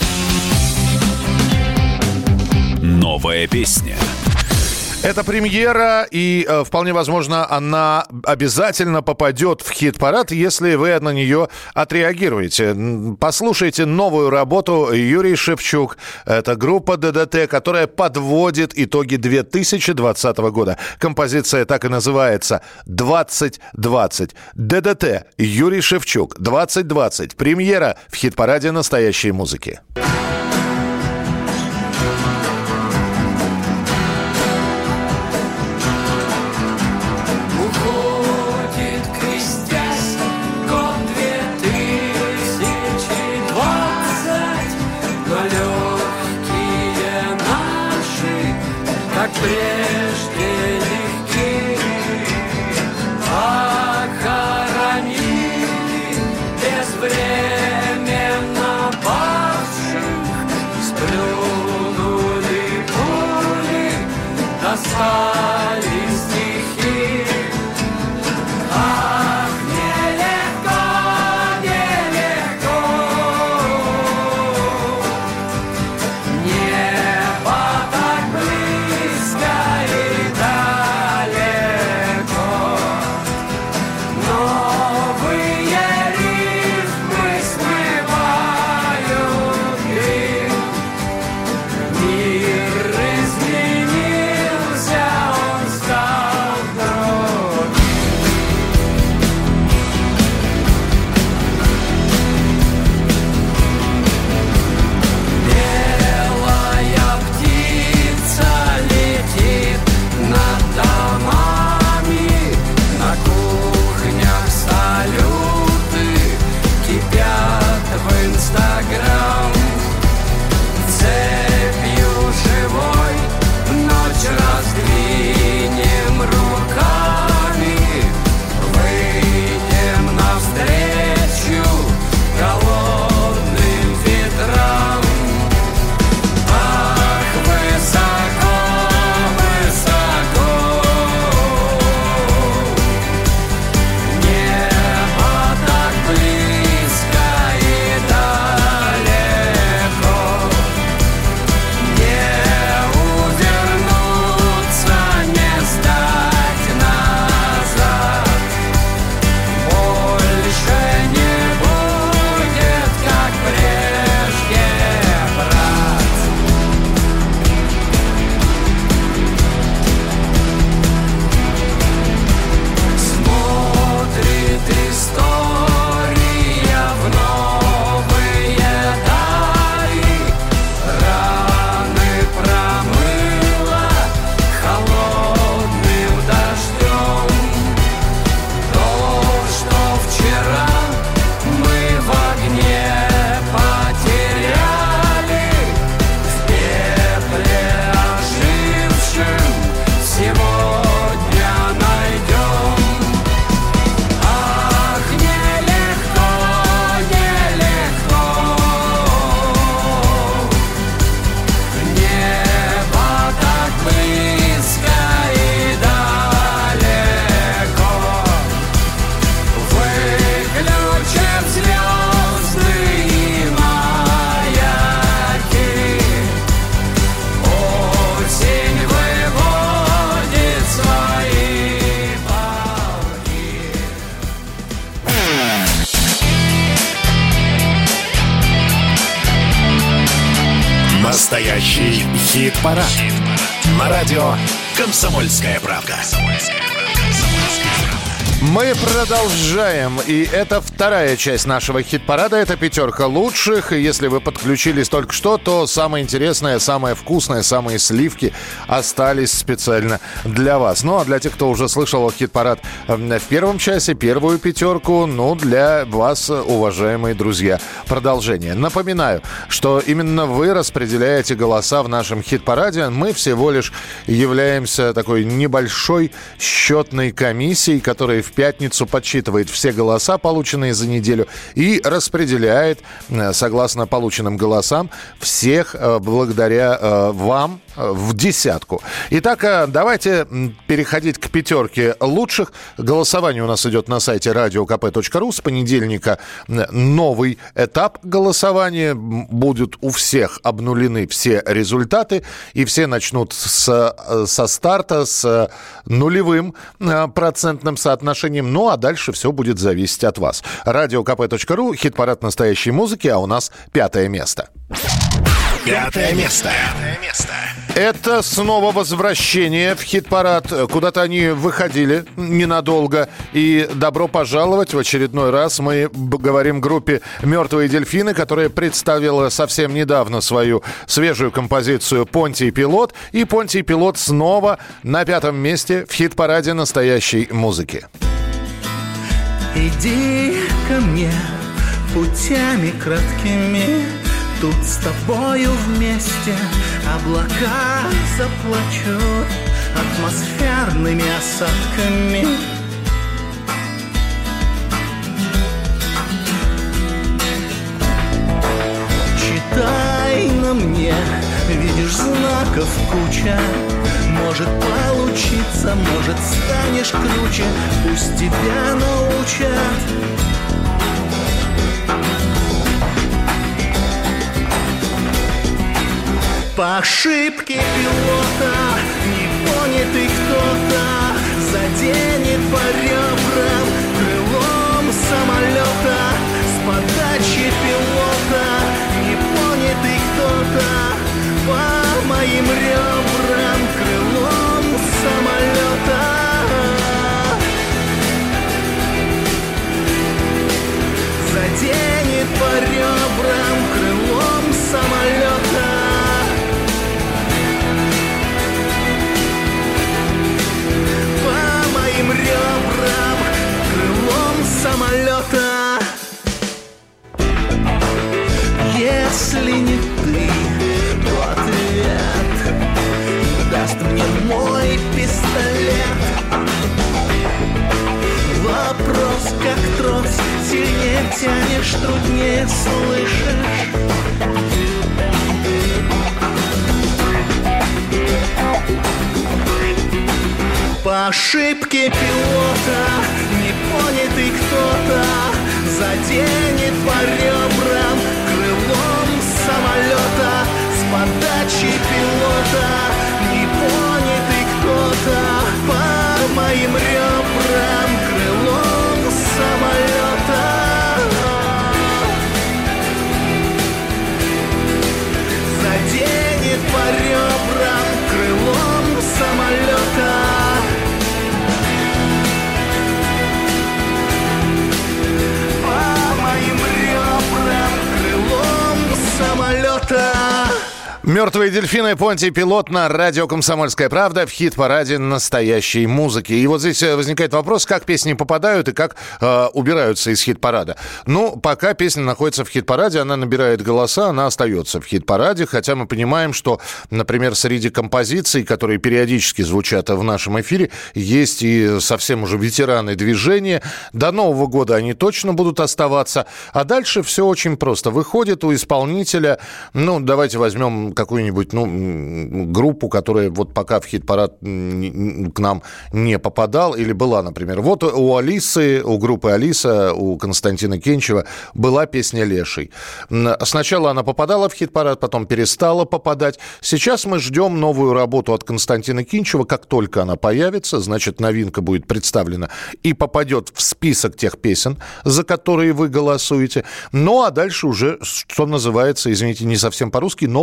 Новая песня. Это премьера, и э, вполне возможно, она обязательно попадет в хит-парад, если вы на нее отреагируете. Послушайте новую работу Юрий Шевчук. Это группа ДДТ, которая подводит итоги две тысячи двадцатого года. Композиция так и называется «двадцать двадцать». ДДТ, Юрий Шевчук, «двадцать двадцать». Премьера в хит-параде настоящей музыки. Прежде легки, похоронили безвременно павших Настоящий хит-парад. Хит-парад. На радио «Комсомольская правда». Мы продолжаем, и это вторая часть нашего хит-парада, это пятерка лучших. И если вы подключились только что, то самое интересное, самое вкусное, самые сливки остались специально для вас. Ну, а для тех, кто уже слышал хит-парад в первом часе, первую пятерку, ну, для вас, уважаемые друзья, продолжение. Напоминаю, что именно вы распределяете голоса в нашем хит-параде. Мы всего лишь являемся такой небольшой счетной комиссией, которая в пятницу подсчитывает все голоса, полученные за неделю, и распределяет, согласно полученным голосам, всех благодаря вам в десятку. Итак, давайте переходить к пятерке лучших. Голосование у нас идет на сайте радио ка пэ точка ру. С понедельника новый этап голосования. Будут у всех обнулены все результаты, и все начнут с, со старта, с нулевым процентным соотношением. Ну, а дальше все будет зависеть от вас. радио ка пэ точка ру, хит-парад настоящей музыки, а у нас пятое место. Пятое место. Пятое место. Это снова возвращение в хит-парад. Куда-то они выходили ненадолго. И добро пожаловать в очередной раз. Мы говорим группе «Мертвые дельфины», которая представила совсем недавно свою свежую композицию «Понтий Пилот». И «Понтий Пилот» снова на пятом месте в хит-параде настоящей музыки. Иди ко мне путями краткими, тут с тобою вместе облака заплачут атмосферными осадками. Читай на мне, видишь, знаков куча. Может получиться, может станешь круче, пусть тебя научат. По ошибке пилота непонятый кто-то заденет по ребрам крылом самолета. С подачи пилота непонятый кто-то по моим ребрам крылом самолета. Заденет по ребрам крылом самолета. По моим ребрам крылом самолета. Если не ты, то ответ даст мне мой пистолет. Вопрос как трос, сильнее тянешь, труднее слышишь. По ошибке пилота непонятый кто-то заденет по ребрам крылом самолета. С подачи пилота непонятый кто-то по моим ребрам крылом самолета. Заденет по ребрам крылом самолета. По моим ребрам крылом самолета. «Мертвые дельфины», «Понтий Пилот» на радио «Комсомольская правда» в хит-параде настоящей музыки. И вот здесь возникает вопрос, как песни попадают и как э, убираются из хит-парада. Ну, пока песня находится в хит-параде, она набирает голоса, она остается в хит-параде, хотя мы понимаем, что, например, среди композиций, которые периодически звучат в нашем эфире, есть и совсем уже ветераны движения. До Нового года они точно будут оставаться. А дальше все очень просто. Выходит у исполнителя, ну, давайте возьмем какую-нибудь, ну, группу, которая вот пока в хит-парад к нам не попадал, или была, например. Вот у Алисы, у группы Алиса, у Константина Кенчева была песня «Леший». Сначала она попадала в хит-парад, потом перестала попадать. Сейчас мы ждем новую работу от Константина Кинчева. Как только она появится, значит, новинка будет представлена и попадет в список тех песен, за которые вы голосуете. Ну, а дальше уже, что называется, извините, не совсем по-русски, но будем поговорить.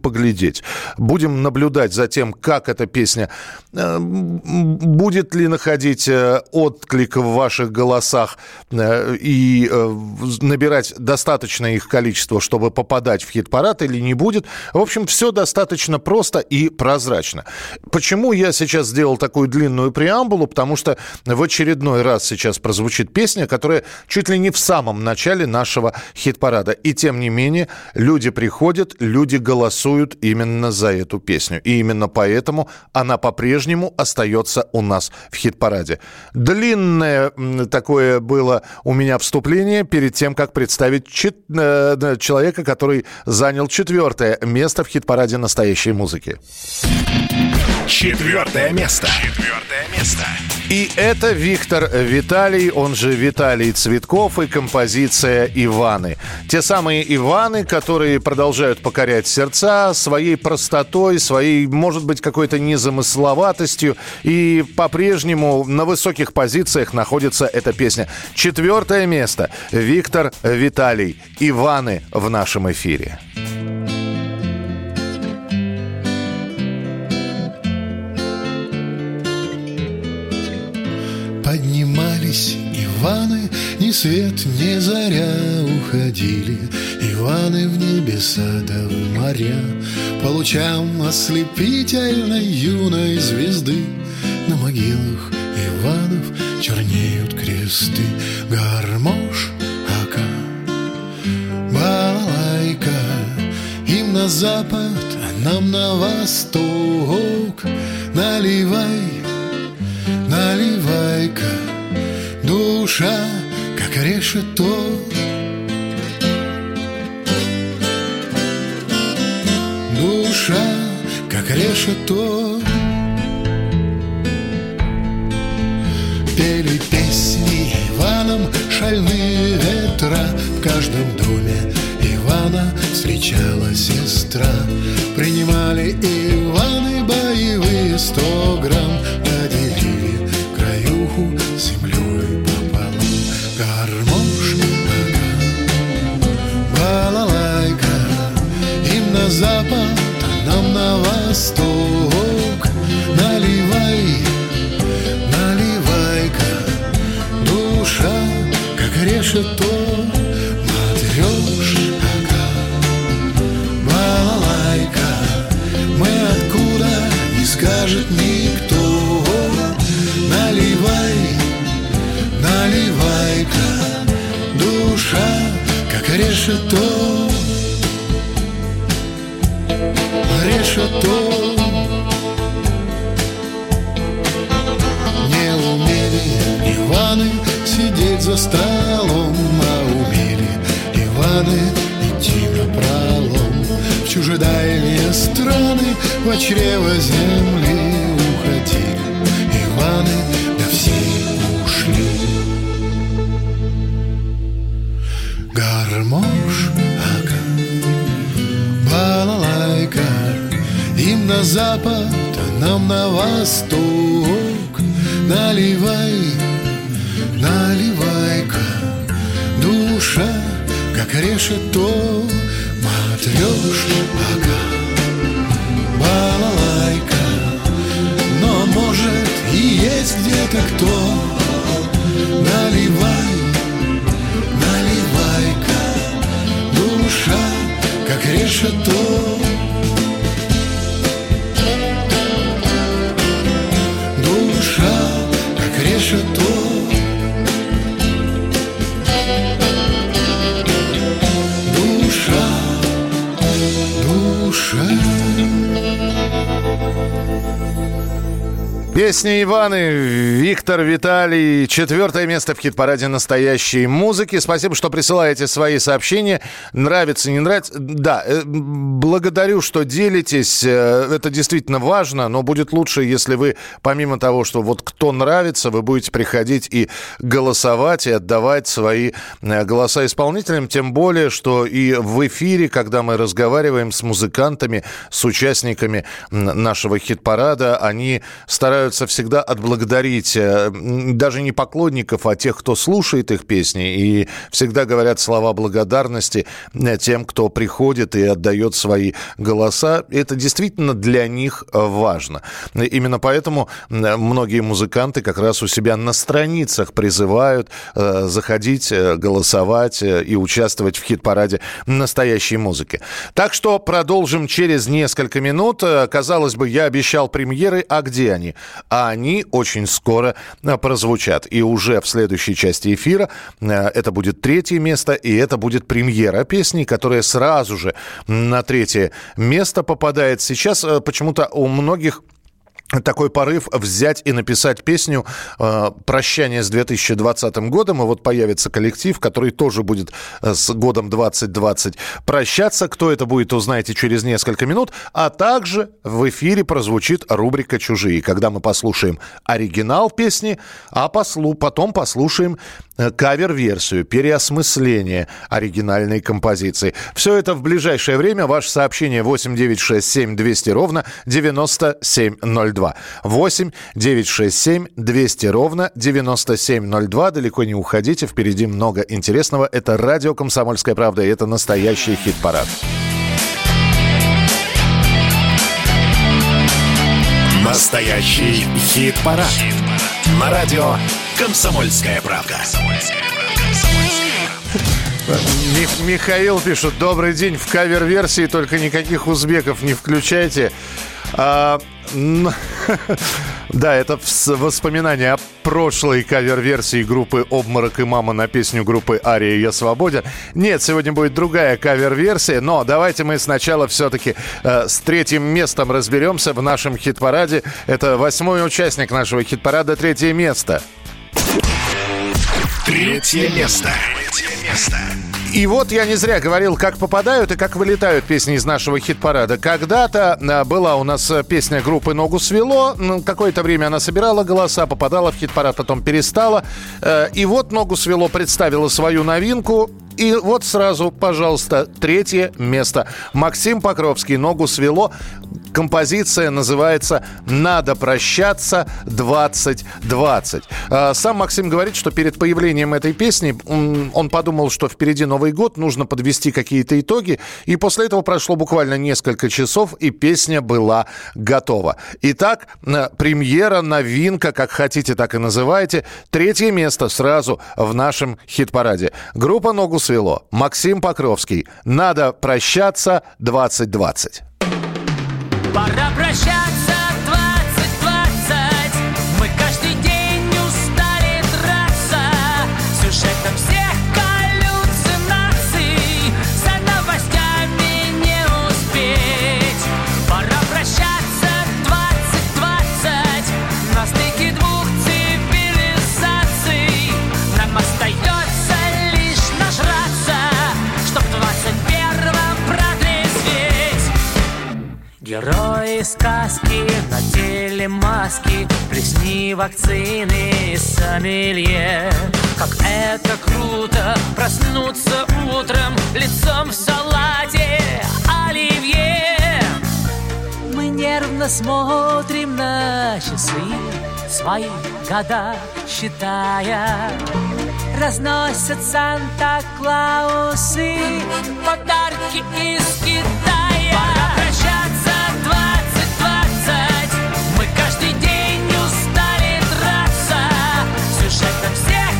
поглядеть. Будем наблюдать за тем, как эта песня будет ли находить отклик в ваших голосах и набирать достаточное их количество, чтобы попадать в хит-парад, или не будет. В общем, все достаточно просто и прозрачно. Почему я сейчас сделал такую длинную преамбулу? Потому что в очередной раз сейчас прозвучит песня, которая чуть ли не в самом начале нашего хит-парада. И тем не менее, люди приходят, люди голосуют именно за эту песню. И именно поэтому она по-прежнему остается у нас в хит-параде. Длинное такое было у меня вступление перед тем, как представить чет... человека, который занял четвертое место в хит-параде настоящей музыки. Четвертое место. Четвертое место. И это Виктор Виталий, он же Виталий Цветков, и композиция «Иваны». Те самые Иваны, которые продолжают покорять сердца своей простотой, своей, может быть, какой-то незамысловатостью. И по-прежнему на высоких позициях находится эта песня. Четвертое место. Виктор Виталий. «Иваны» в нашем эфире. Поднимались Иваны, ни свет, ни заря, уходили Иваны в небеса да в моря. По лучам ослепительной юной звезды на могилах Иванов чернеют кресты. Гармош, ака, балалайка, им на запад, а нам на восток. Наливай, наливай-ка, душа, как решето. Душа, как решето. Пели песни Иванам шальные ветра. В каждом доме Ивана встречала сестра. Принимали Иваны боевые сто грамм, поделили краюху землей пополам. Гармош, ага, балалайка, им на запад, а нам на восток. Наливай, наливай-ка, душа, как решето. Матрёш, ага, балалайка, мы откуда, не скажет никто. Наливай, наливай-ка, душа, как решето. Решето. Не умели Иваны сидеть за столом, а умели Иваны идти напролом. В чужедальние страны, во чрево земли уходили Иваны, да все ушли. Гармош, ага, балалайка, им на запад, а нам на восток. Наливай, наливай-ка, душа, как решето. Матрёш, ага, балалайка, но может и есть где-то кто. Наливай, наливай-ка, душа, как решето. Душа, как решето. Душа, душа. Песня «Иваны», Виктор Виталий. Четвертое место в хит-параде настоящей музыки. Спасибо, что присылаете свои сообщения. Нравится, не нравится. Да, благодарю, что делитесь. Это действительно важно, но будет лучше, если вы, помимо того, что вот кто нравится, вы будете приходить и голосовать, и отдавать свои голоса исполнителям. Тем более, что и в эфире, когда мы разговариваем с музыкантами, с участниками нашего хит-парада, они стараются стараются всегда отблагодарить даже не поклонников, а тех, кто слушает их песни, и всегда говорят слова благодарности тем, кто приходит и отдает свои голоса. Это действительно для них важно. Именно поэтому многие музыканты как раз у себя на страницах призывают заходить, голосовать и участвовать в хит-параде настоящей музыки. Так что продолжим через несколько минут. Казалось бы, я обещал премьеры, а где они? А они очень скоро прозвучат. И уже в следующей части эфира это будет третье место, и это будет премьера песни, которая сразу же на третье место попадает. Сейчас почему-то у многих такой порыв взять и написать песню э, «Прощание с две тысячи двадцатым годом», и вот появится коллектив, который тоже будет с годом двадцать двадцать прощаться. Кто это будет, узнаете через несколько минут. А также в эфире прозвучит рубрика «Чужие», когда мы послушаем оригинал песни, а послу, потом послушаем кавер-версию, переосмысление оригинальной композиции. Все это в ближайшее время. Ваше сообщение восемь девятьсот шестьдесят семь двести ровно девяносто семь ноль два. восемь девятьсот шестьдесят семь двести ровно девяносто семь ноль два. Далеко не уходите, впереди много интересного. Это радио «Комсомольская правда», и это настоящий хит-парад. Настоящий хит-парад. Хит-парад. На радио «Комсомольская правда». Мих- Михаил пишет: добрый день, в кавер-версии только никаких узбеков не включайте. А, да, это воспоминания о прошлой кавер-версии группы «Обморок и мама» на песню группы «Ария. Я свободен». Нет, сегодня будет другая кавер-версия, но давайте мы сначала все-таки э, с третьим местом разберемся в нашем хит-параде. Это восьмой участник нашего хит-парада, третье место. Третье место. Третье место. И вот я не зря говорил, как попадают и как вылетают песни из нашего хит-парада. Когда-то была у нас песня группы «Ногу свело». Какое-то время она собирала голоса, попадала в хит-парад, потом перестала. И вот «Ногу свело» представила свою новинку. И вот сразу, пожалуйста, третье место. Максим Покровский, «Ногу свело». Композиция называется «Надо прощаться двадцать двадцать». Сам Максим говорит, что перед появлением этой песни он подумал, что впереди Новый год, нужно подвести какие-то итоги. И после этого прошло буквально несколько часов, и песня была готова. Итак, премьера, новинка, как хотите, так и называйте. Третье место сразу в нашем хит-параде. Группа «Ногу свело», Максим Покровский, «Надо прощаться двадцать двадцать». Пора прощаться двадцать двадцать. Мы каждый день устали драться сюжетом всех галлюцинаций, за новостями не успеть. Пора прощаться двадцать двадцать. На стыке двух цивилизаций нам остается лишь нажраться, чтоб в двадцать первом протрезветь. Герои сказки, на теле маски, плесни вакцины, сомелье. Как это круто проснуться утром лицом в салате оливье. Мы нервно смотрим на часы, свои года считая. Разносят Санта-Клаусы подарки из Китая. Пора прощаться двадцать двадцать. Мы каждый день устали драться сюжетом всех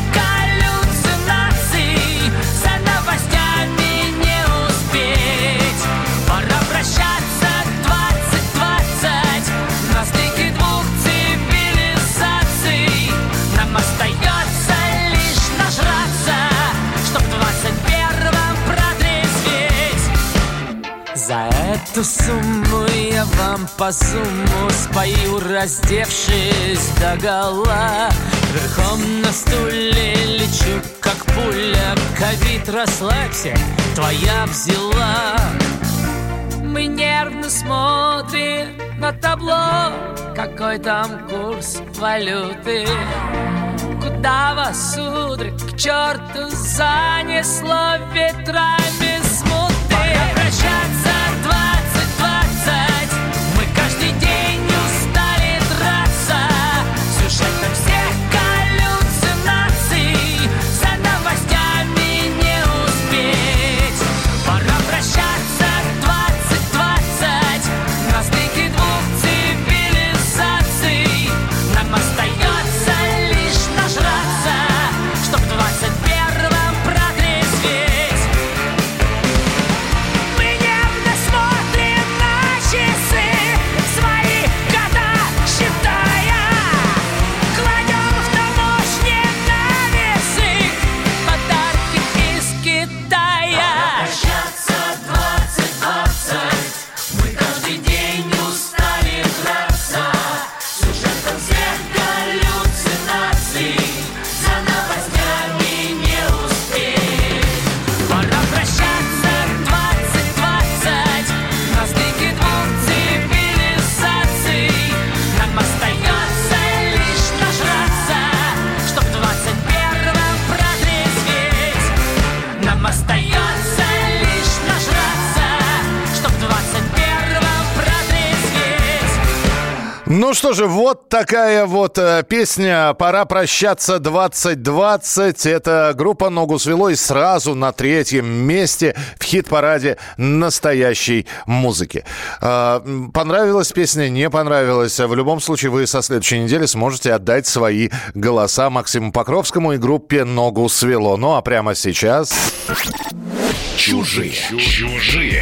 галлюцинаций, за новостями не успеть. Пора прощаться двадцать двадцать. На стыке двух цивилизаций нам остается лишь нажраться, чтоб в двадцать первом протрезветь. За эту сумму я вам по зуму спою, раздевшись догола. Верхом на стуле лечу, как пуля. Ковид, расслабься, твоя взяла. Мы нервно смотрим на табло, какой там курс валюты. Куда вас, сударь, к черту занесло ветрами смуты? Пора прощаться двадцать двадцать. Мы каждый день устали драться Ну что же, вот такая вот э, песня «Пора прощаться двадцать двадцать». Это группа «Ногу свело» и сразу на третьем месте в хит-параде настоящей музыки. Э, понравилась песня, не понравилась? В любом случае вы со следующей недели сможете отдать свои голоса Максиму Покровскому и группе «Ногу свело». Ну а прямо сейчас... Чужие. Чужие.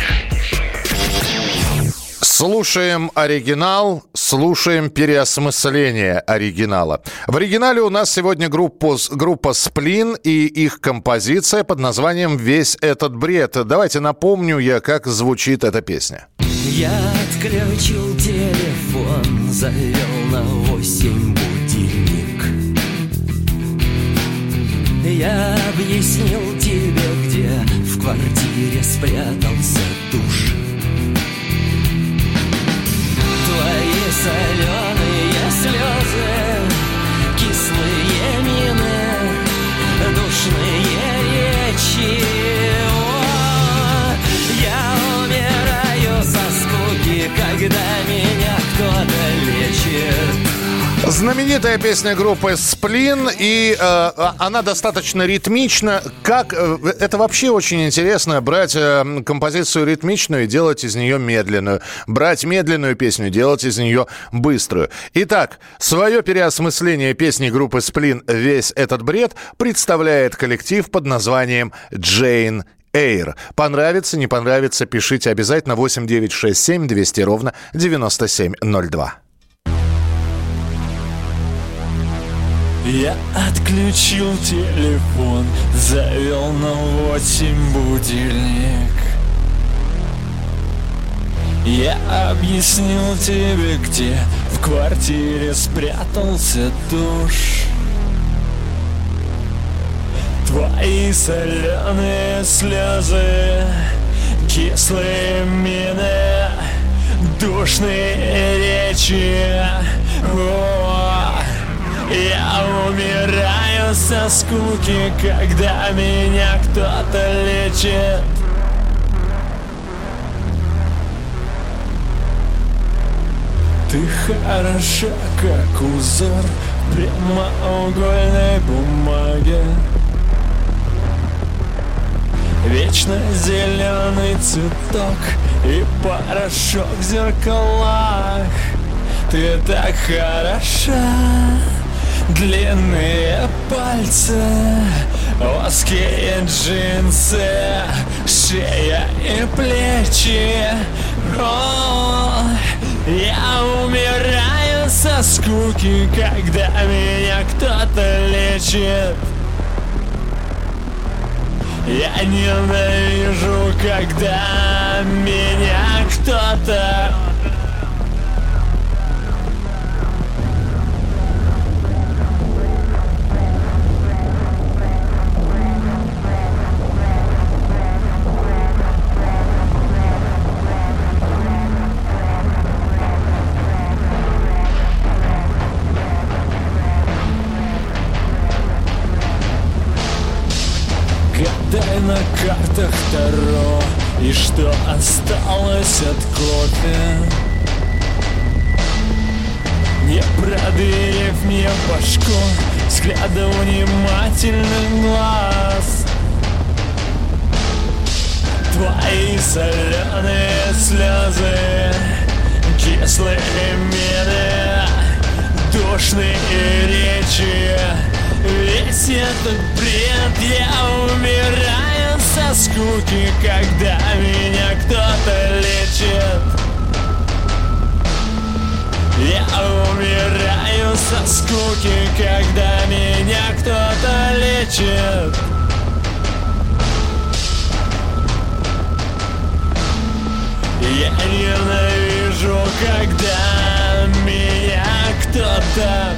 Слушаем оригинал, слушаем переосмысление оригинала. В оригинале у нас сегодня группа, группа «Сплин» и их композиция под названием «Весь этот бред». Давайте напомню я, как звучит эта песня. Я отключил телефон, завел на восемь будильник. Я объяснил тебе, где в квартире спрятался душ. Твои соленые слезы, кислые мины, душные речи. О, я умираю со скуки, когда меня кто-то лечит. Знаменитая песня группы «Сплин», и э, она достаточно ритмична. Как, э, это вообще очень интересно, брать э, композицию ритмичную и делать из нее медленную. Брать медленную песню, делать из нее быструю. Итак, свое переосмысление песни группы «Сплин» «Весь этот бред» представляет коллектив под названием «Джейн Эйр». Понравится, не понравится, пишите обязательно восемь девятьсот шестьдесят семь двести ровно девяносто семь ноль два. Я отключил телефон, завел на восемь будильник. Я объяснил тебе, где в квартире спрятался душ. Твои соленые слезы, кислые мины, душные речи. О, я умираю со скуки, когда меня кто-то лечит. Ты хороша, как узор прямоугольной бумаги. Вечно зеленый цветок и порошок в зеркалах. Ты так хороша. Длинные пальцы, узкие джинсы, шея и плечи. О, я умираю со скуки, когда меня кто-то лечит. Я ненавижу, когда меня кто-то... Гадай на картах Таро, и что осталось от кофе. Не продырив мне башку взглядом внимательных глаз. Твои соленые слезы, кислые мины, душные речи. Весь этот бред, я умираю со скуки, когда меня кто-то лечит. Я умираю со скуки, когда меня кто-то лечит. Я ненавижу, когда меня кто-то...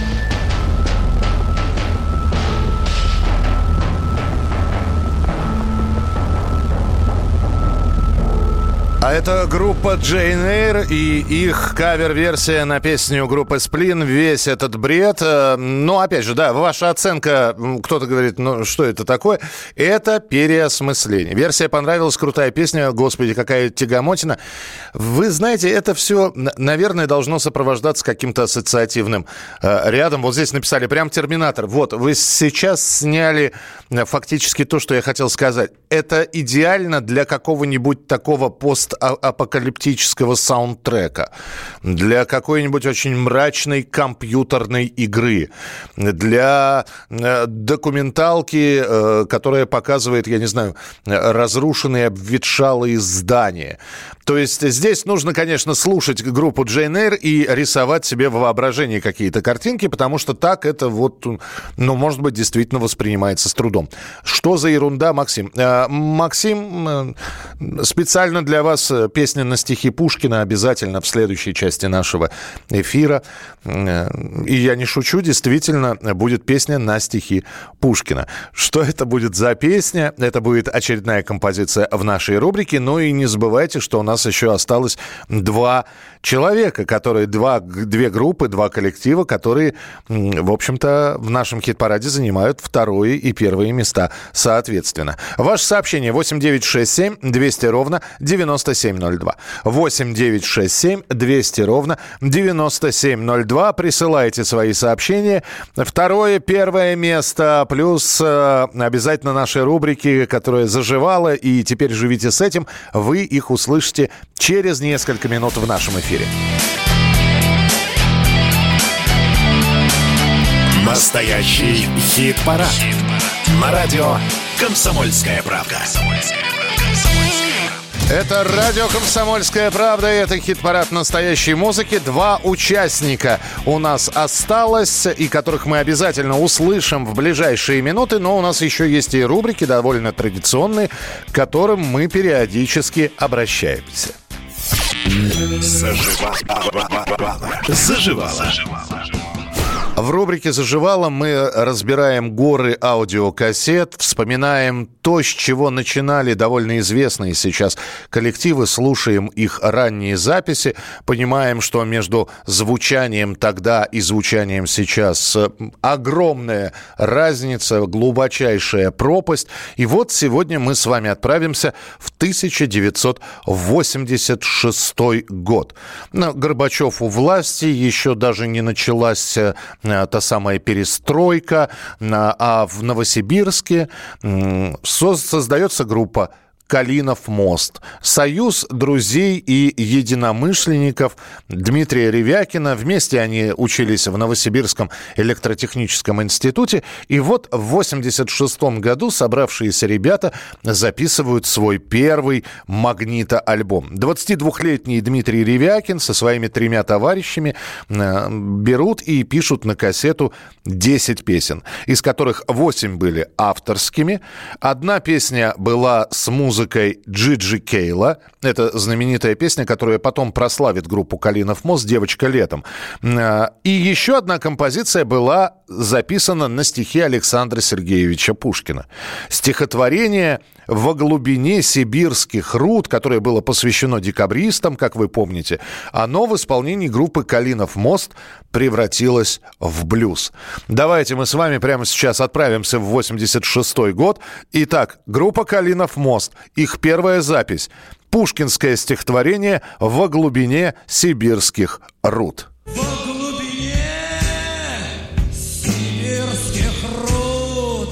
А это группа Jane Eyre и их кавер-версия на песню группы Сплин «Весь этот бред». Ну, опять же, да, ваша оценка, кто-то говорит, ну, что это такое? Это переосмысление. Версия понравилась, крутая песня, господи, какая тягомотина. Вы знаете, это все, наверное, должно сопровождаться каким-то ассоциативным э, рядом. Вот здесь написали, прям «Терминатор». Вот, вы сейчас сняли фактически то, что я хотел сказать. Это идеально для какого-нибудь такого постапокалиптического саундтрека, для какой-нибудь очень мрачной компьютерной игры, для э, документалки, э, которая показывает, я не знаю, разрушенные обветшалые здания. То есть здесь нужно, конечно, слушать группу Jane Eyre и рисовать себе в воображении какие-то картинки, потому что так это вот, ну, может быть, действительно воспринимается с трудом. Что за ерунда, Максим? Э, Максим, э, специально для вас песня на стихи Пушкина обязательно в следующей части нашего эфира. Э, и я не шучу, действительно, будет песня на стихи Пушкина. Что это будет за песня? Это будет очередная композиция в нашей рубрике. Ну и не забывайте, что у нас еще осталось два человека, которые, два, две группы, два коллектива, которые, в общем-то, в нашем хит-параде занимают второе и первое места соответственно. Ваше сообщение восемь девятьсот шестьдесят семь двести ровно девяносто семь ноль два. восемь девятьсот шестьдесят семь двести ровно девяносто семь ноль два. Присылайте свои сообщения. Второе, первое место, плюс э, обязательно наши рубрики, которая заживала, и теперь живите с этим. Вы их услышите через несколько минут в нашем эфире. Настоящий хит-парад. Хит-парад. На радио «Комсомольская правда». Это радио «Комсомольская правда», это хит-парад настоящей музыки. Два участника у нас осталось, и которых мы обязательно услышим в ближайшие минуты. Но у нас еще есть и рубрики довольно традиционные, к которым мы периодически обращаемся. Заживала. Заживала. В рубрике «Заживало» мы разбираем горы аудиокассет, вспоминаем то, с чего начинали довольно известные сейчас коллективы, слушаем их ранние записи, понимаем, что между звучанием тогда и звучанием сейчас огромная разница, глубочайшая пропасть. И вот сегодня мы с вами отправимся в тысяча девятьсот восемьдесят шестой год. Горбачев у власти, еще даже не началась та самая перестройка, а в Новосибирске создается группа «Калинов мост». Союз друзей и единомышленников Дмитрия Ревякина. Вместе они учились в Новосибирском электротехническом институте. И вот в восемьдесят шестом году собравшиеся ребята записывают свой первый магнитоальбом. двадцатидвухлетний Дмитрий Ревякин со своими тремя товарищами берут и пишут на кассету десять песен, из которых восемь были авторскими. Одна песня была с музыкой музыкой Джиджи Кейла. Это знаменитая песня, которая потом прославит группу «Калинов мост» «Девочка летом». И еще одна композиция была записана на стихи Александра Сергеевича Пушкина. Стихотворение «Во глубине сибирских руд», которое было посвящено декабристам, как вы помните, оно в исполнении группы «Калинов мост» превратилось в блюз. Давайте мы с вами прямо сейчас отправимся в восемьдесят шестой год. Итак, группа «Калинов мост». Их первая запись. Пушкинское стихотворение «Во глубине сибирских руд». Во глубине сибирских руд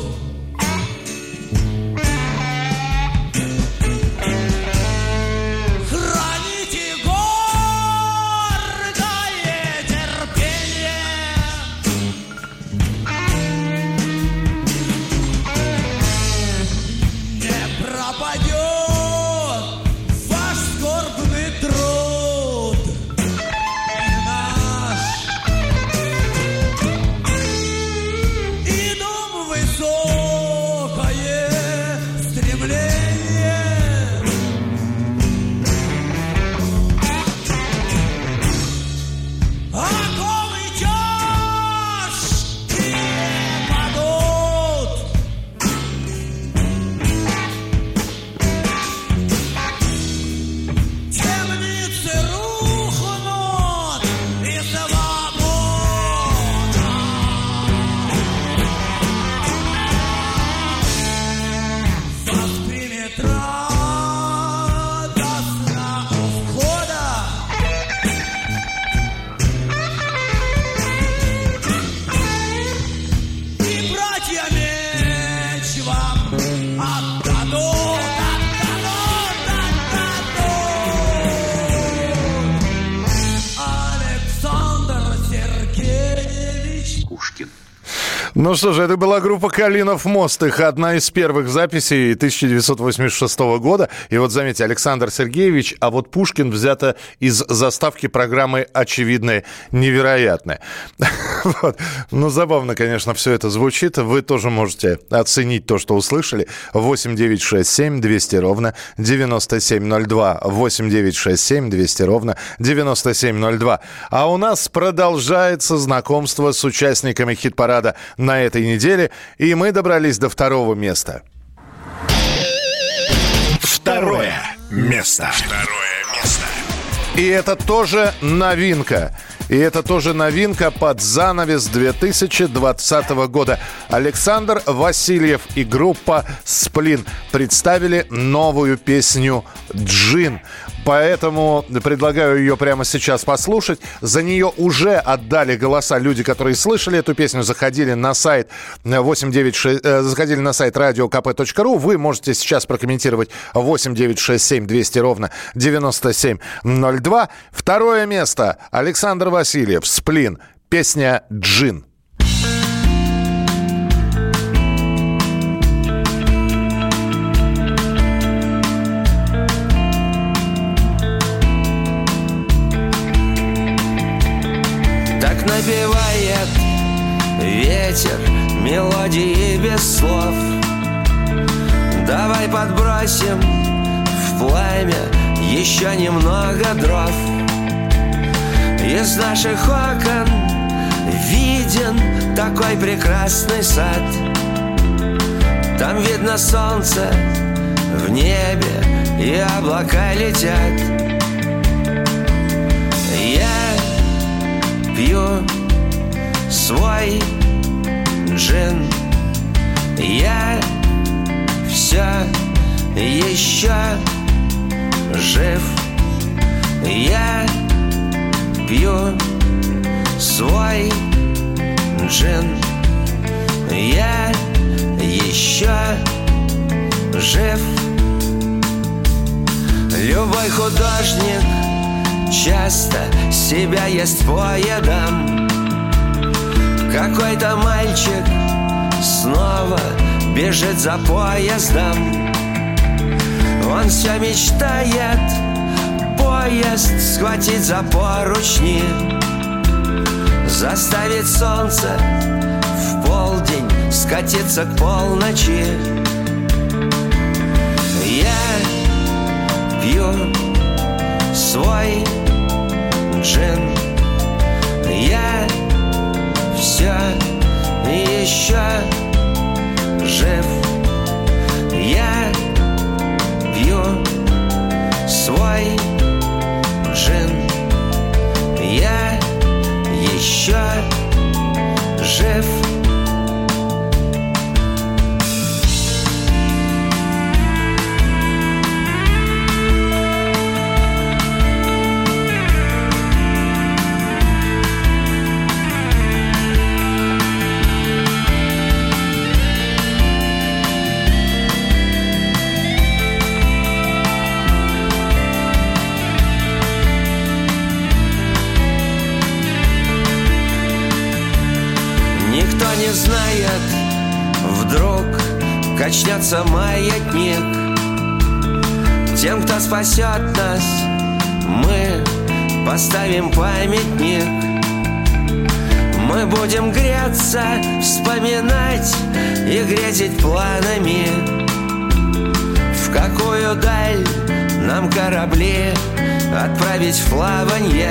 храните гордое терпение. Не пропадет ваш скорбный труд, и наш Ну что же, это была группа «Калинов мост». Их одна из первых записей тысяча девятьсот восемьдесят шестого года. И вот заметьте, Александр Сергеевич, а вот Пушкин взято из заставки программы «Очевидное невероятное». Вот. Ну, забавно, конечно, все это звучит. Вы тоже можете оценить то, что услышали. восемь девятьсот шестьдесят семь двести ровно девяносто семь ноль два. восемь девятьсот шестьдесят семь двести ровно девяносто семь ноль два. А у нас продолжается знакомство с участниками хит-парада на этой неделе, и мы добрались до второго места. Второе место. Второе место. И это тоже новинка. И это тоже новинка под занавес две тысячи двадцатого года. Александр Васильев и группа «Сплин» представили новую песню «Джин». Поэтому предлагаю ее прямо сейчас послушать. За нее уже отдали голоса люди, которые слышали эту песню, заходили на сайт восемь девятьсот шесть, э, заходили на сайт радио ка пэ точка ру. Вы можете сейчас прокомментировать восемь девятьсот шестьдесят семь двести ровно девяносто семь ноль два. Второе место. Александр Васильев, «Сплин». Песня «Джин». Напевает ветер мелодии без слов. Давай подбросим в пламя еще немного дров. Из наших окон виден такой прекрасный сад. Там видно солнце в небе, и облака летят. Я пью свой джин. Я все еще жив. Я пью свой джин. Я еще жив. Любой художник часто себя ест поедом. Какой-то мальчик снова бежит за поездом. Он все мечтает поезд схватить за поручни, заставить солнце в полдень скатиться к полночи. Я пью свой джин. Я все еще жив. Я пью свой джин. Я еще жив. Не знает, вдруг качнется маятник. Тем, кто спасет нас, мы поставим памятник. Мы будем греться, вспоминать и грезить планами. В какую даль нам корабли отправить в плаванье.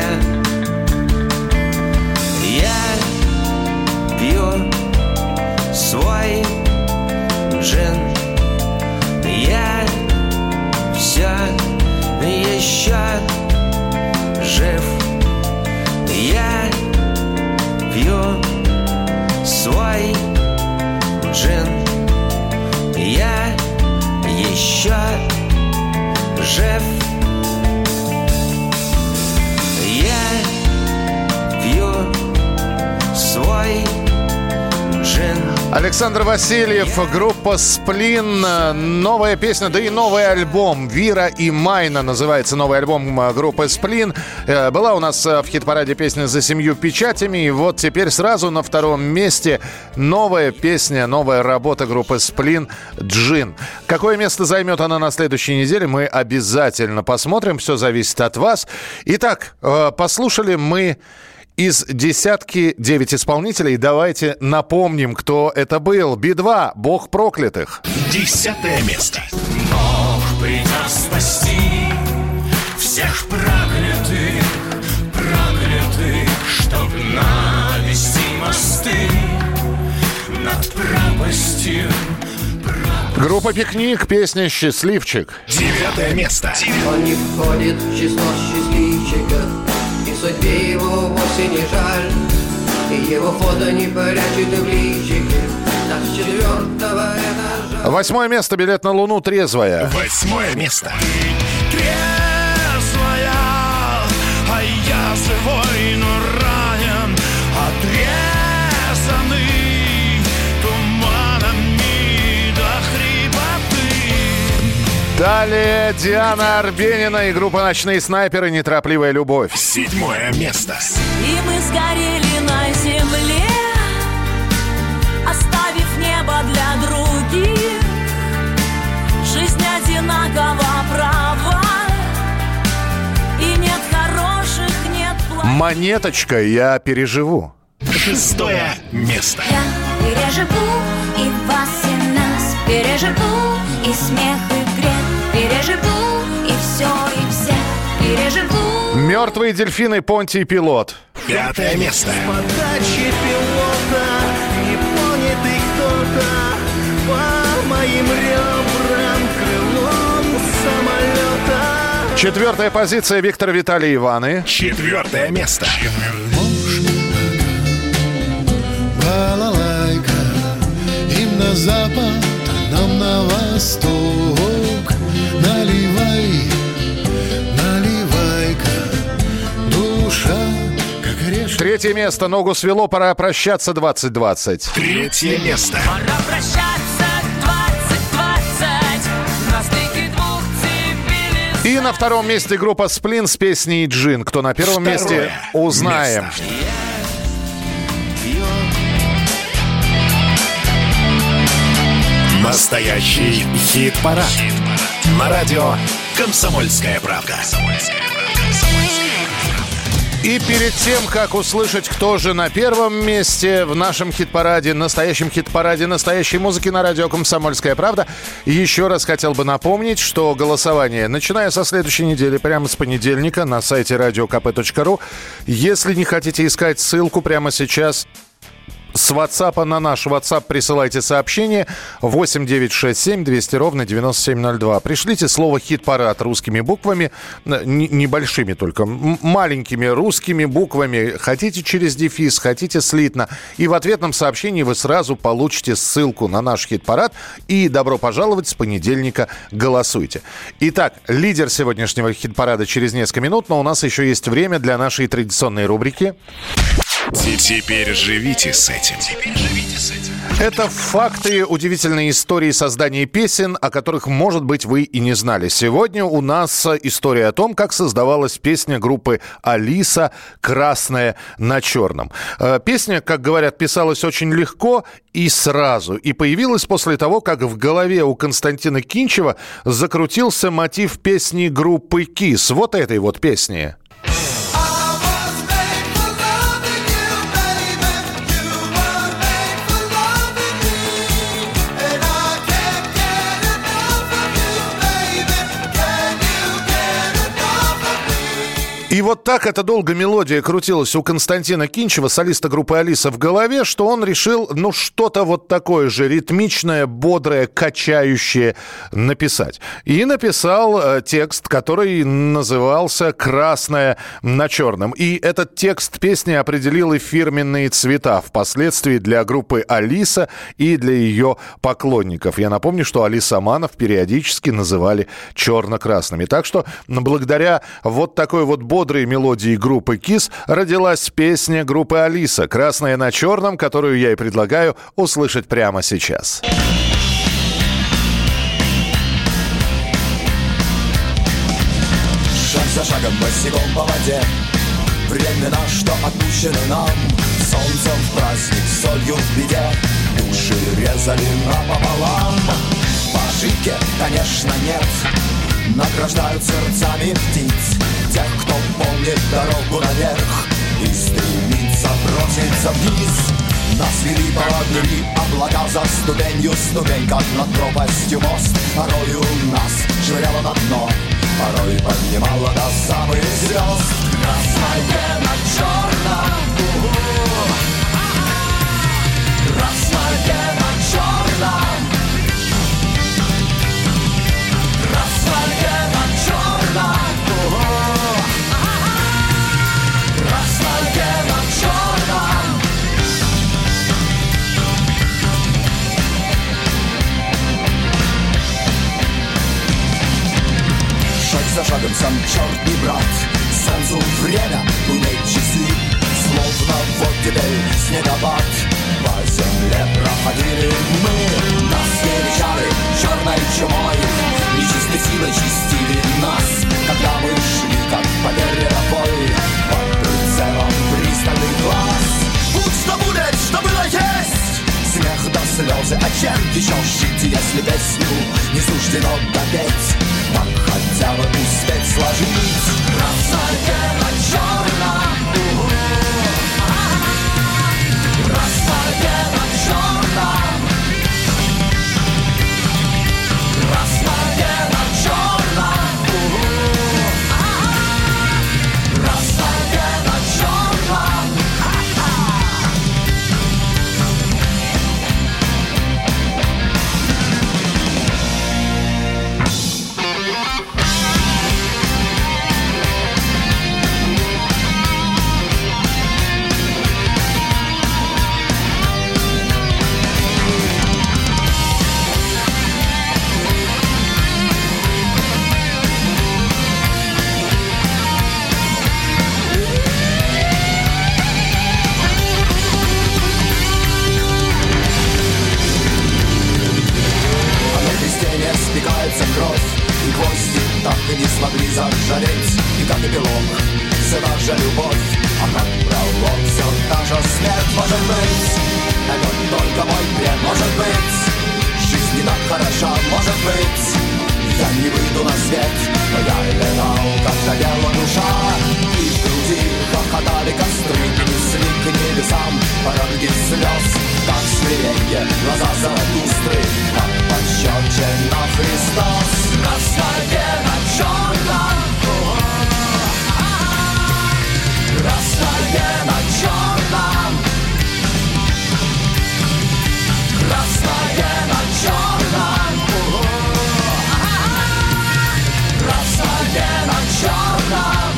Я пью свой джин. Я все еще жив. Я пью свой джин. Я еще жив. Я пью свой джин. Александр Васильев, группа «Сплин», новая песня, да и новый альбом. «Вира и Майна» называется новый альбом группы «Сплин». Была у нас в хит-параде песня «За семью печатями». И вот теперь сразу на втором месте новая песня, новая работа группы «Сплин» «Джин». Какое место займет она на следующей неделе, мы обязательно посмотрим. Все зависит от вас. Итак, послушали мы из десятки девять исполнителей. Давайте напомним, кто это был. Би два, «Бог проклятых». Десятое место. Бог придет спасти всех проклятых, проклятых, чтоб навести мосты над пропастью. Группа «Пикник», песня «Счастливчик». Девятое место. Он не входит в число счастливчиков, и судьбе его вовсе не жаль, и его фото не прячет в личике, так с четвертого этажа. Восьмое место, билет на Луну, «Трезвая». Восьмое место. Трезвая, а я живой, но ранен, отрезанный туманами до хрипоты. Далее Диана Арбенина и группа «Ночные снайперы», «Неторопливая любовь». Седьмое место. И мы сгорели на земле, оставив небо для других. Жизнь одинакова права, и нет хороших, нет плохих. «Монеточка, я переживу». Шестое место. Я переживу и вас, и нас, переживу и смех, и грех, переживу и все, и всех, переживу. «Мертвые дельфины», Понтий Пилот. Пятое место. Подачи пилота, непонятый кто-то по моим ребрам крылом самолета. Четвертая позиция, Виктор Виталий Иваны. Четвертое место. Балалайка, им на запад, а нам на восток. Наливай, наливай-ка, душа, как решка. Третье место, «Ногу свело», пора прощаться, двадцать двадцать. Третье место. Пора прощаться, двадцать двадцать, на стыке двух цивилизаций. И на втором месте группа «Сплин» с песней «Джин». Кто на первом Второе месте, узнаем. место. Настоящий хит-парад. На радио «Комсомольская правда». И перед тем, как услышать, кто же на первом месте в нашем хит-параде, настоящем хит-параде настоящей музыки на радио «Комсомольская правда», еще раз хотел бы напомнить, что голосование, начиная со следующей недели, прямо с понедельника, на сайте радио ка пэ точка ру. Если не хотите искать ссылку прямо сейчас, с WhatsApp на наш WhatsApp присылайте сообщение восемь девятьсот шестьдесят семь двести ровно девяносто семь ноль два. Пришлите слово «Хит-парад» русскими буквами, н- небольшими только, м- маленькими русскими буквами. Хотите через дефис, хотите слитно. И в ответном сообщении вы сразу получите ссылку на наш «Хит-парад». И добро пожаловать, с понедельника голосуйте. Итак, лидер сегодняшнего «Хит-парада» через несколько минут, но у нас еще есть время для нашей традиционной рубрики. Теперь живите с этим. Это факты, удивительные истории создания песен, о которых, может быть, вы и не знали. Сегодня у нас история о том, как создавалась песня группы «Алиса» «Красная на черном». Песня, как говорят, писалась очень легко и сразу. И появилась после того, как в голове у Константина Кинчева закрутился мотив песни группы «Кис». Вот этой вот песни. И вот так эта долго мелодия крутилась у Константина Кинчева, солиста группы «Алиса», в голове, что он решил, ну, что-то вот такое же ритмичное, бодрое, качающее написать. И написал э, текст, который назывался «Красное на черном». И этот текст песни определил и фирменные цвета впоследствии для группы «Алиса» и для ее поклонников. Я напомню, что алисаманов периодически называли черно-красными. Так что благодаря вот такой вот бодрой бодрой мелодии группы Kiss родилась песня группы Алиса «Красная на черном», которую я и предлагаю услышать прямо сейчас. Шаг за шагом босиком по воде, времена, что отпущены нам, солнцем в праздник, солью в беде, души резали напополам. По ошибке, конечно, нет, награждают сердцами птиц тех, кто помнит дорогу наверх и стремится броситься вниз. Нас вели, подняли облака за ступенью, ступень, как над пропастью мост. Порою нас швыряло на дно, порой поднимала до самых звезд. Красное на черном, красное на черном, красное на черном, красное на черном. Шаг за шагом сам черт не брат, солнцу время гудеть часы, словно вот теперь снегопад. По земле проходили мы, нас величали черной чумой, нечистой силой чистили нас, когда мы шли как по передовой, под прицелом пристальный глаз. Будь что будет, что было есть, смех до слезы, а чем еще жить, если песню не суждено допеть, так хотя бы успеть сложить. Красное на черном, красное на черном, красное на черном, красное на черном. Кровь и гвозди так и не смогли заржаветь, и как эпилог цена же любовь, а как пролог все та же смерть. Может быть, это только мой бред, может быть, жизнь не так хороша, может быть, я не выйду на свет, но я летал, как горела душа, и в груди хохотали костры, несли к небесам пороги слез, как свиренье, глаза Заратустры, как пощечина Христос. Красное на черном, красное на черном, красное на черном, красное на черном,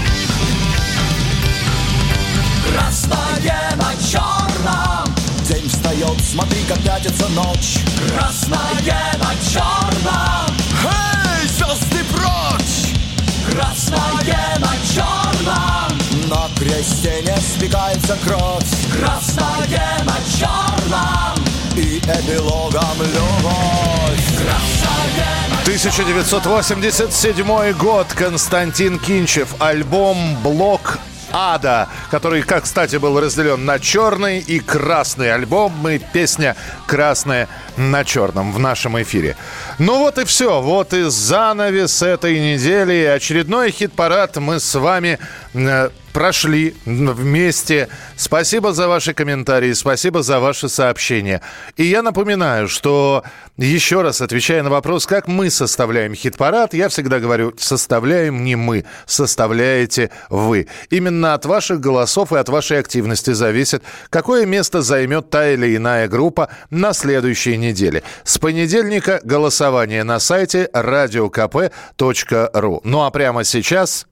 красное на черном. День встает, смотри, как пятится ночь. Красное на черном. Эй, звезды прочь! Красное на черном. На кресте не спекается кровь. Красное на черном. И эпилогом любовь. Красное на тысяча девятьсот восемьдесят седьмой год. Константин Кинчев. Альбом «Блок ада», который, как, кстати, был разделен на черный и красный альбом, и песня «Красная на черном» в нашем эфире. Ну вот и все, вот и занавес этой недели. Очередной хит-парад мы с вами э, прошли вместе. Спасибо за ваши комментарии, спасибо за ваши сообщения. И я напоминаю, что, еще раз отвечая на вопрос, как мы составляем хит-парад, я всегда говорю, составляем не мы, составляете вы. Именно от ваших голосов и от вашей активности зависит, какое место займет та или иная группа на следующей неделе. С понедельника голосование на сайте радио ка пэ точка ру. Ну а прямо сейчас...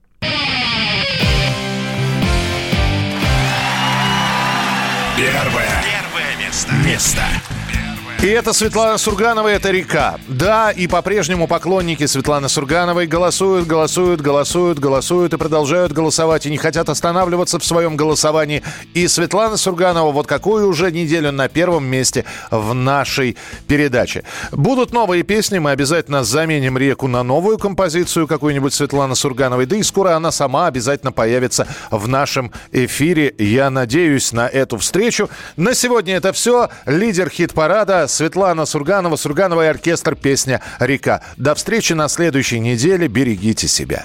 Первое. Первое место. Место. И это Светлана Сурганова, это «Река». Да, и по-прежнему поклонники Светланы Сургановой голосуют, голосуют, голосуют, голосуют и продолжают голосовать, и не хотят останавливаться в своем голосовании. И Светлана Сурганова вот какую уже неделю на первом месте в нашей передаче. Будут новые песни, мы обязательно заменим «Реку» на новую композицию какую-нибудь Светланы Сургановой, да и скоро она сама обязательно появится в нашем эфире. Я надеюсь на эту встречу. На сегодня это все. Лидер хит-парада Светлана Сурганова, Сурганова и оркестр, песня «Река». До встречи на следующей неделе. Берегите себя.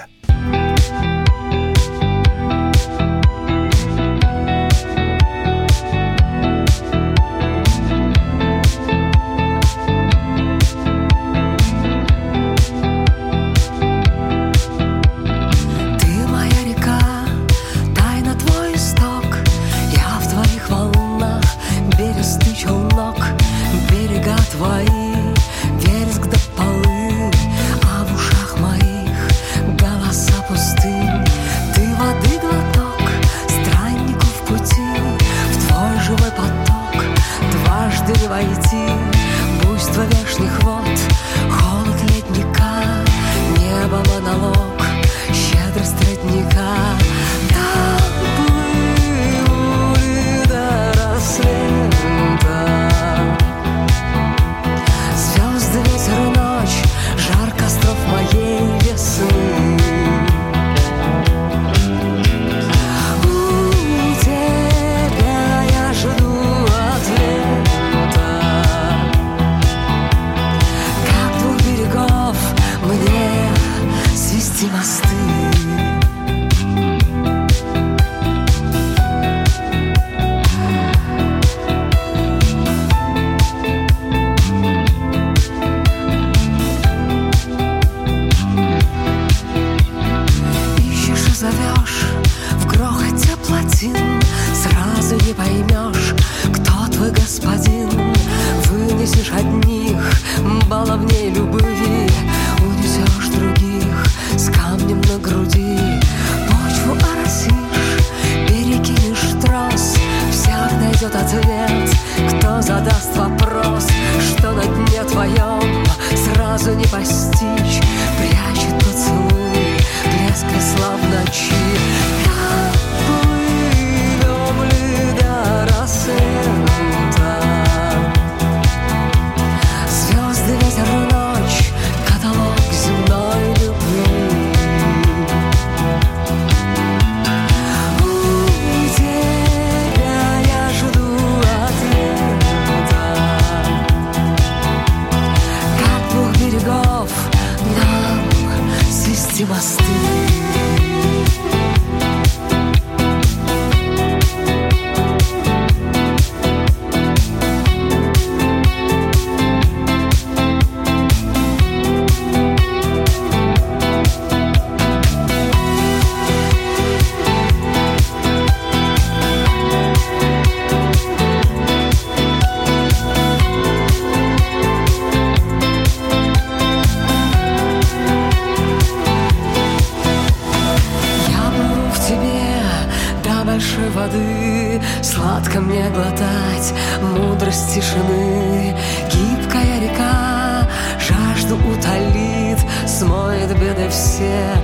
Смоет беды все,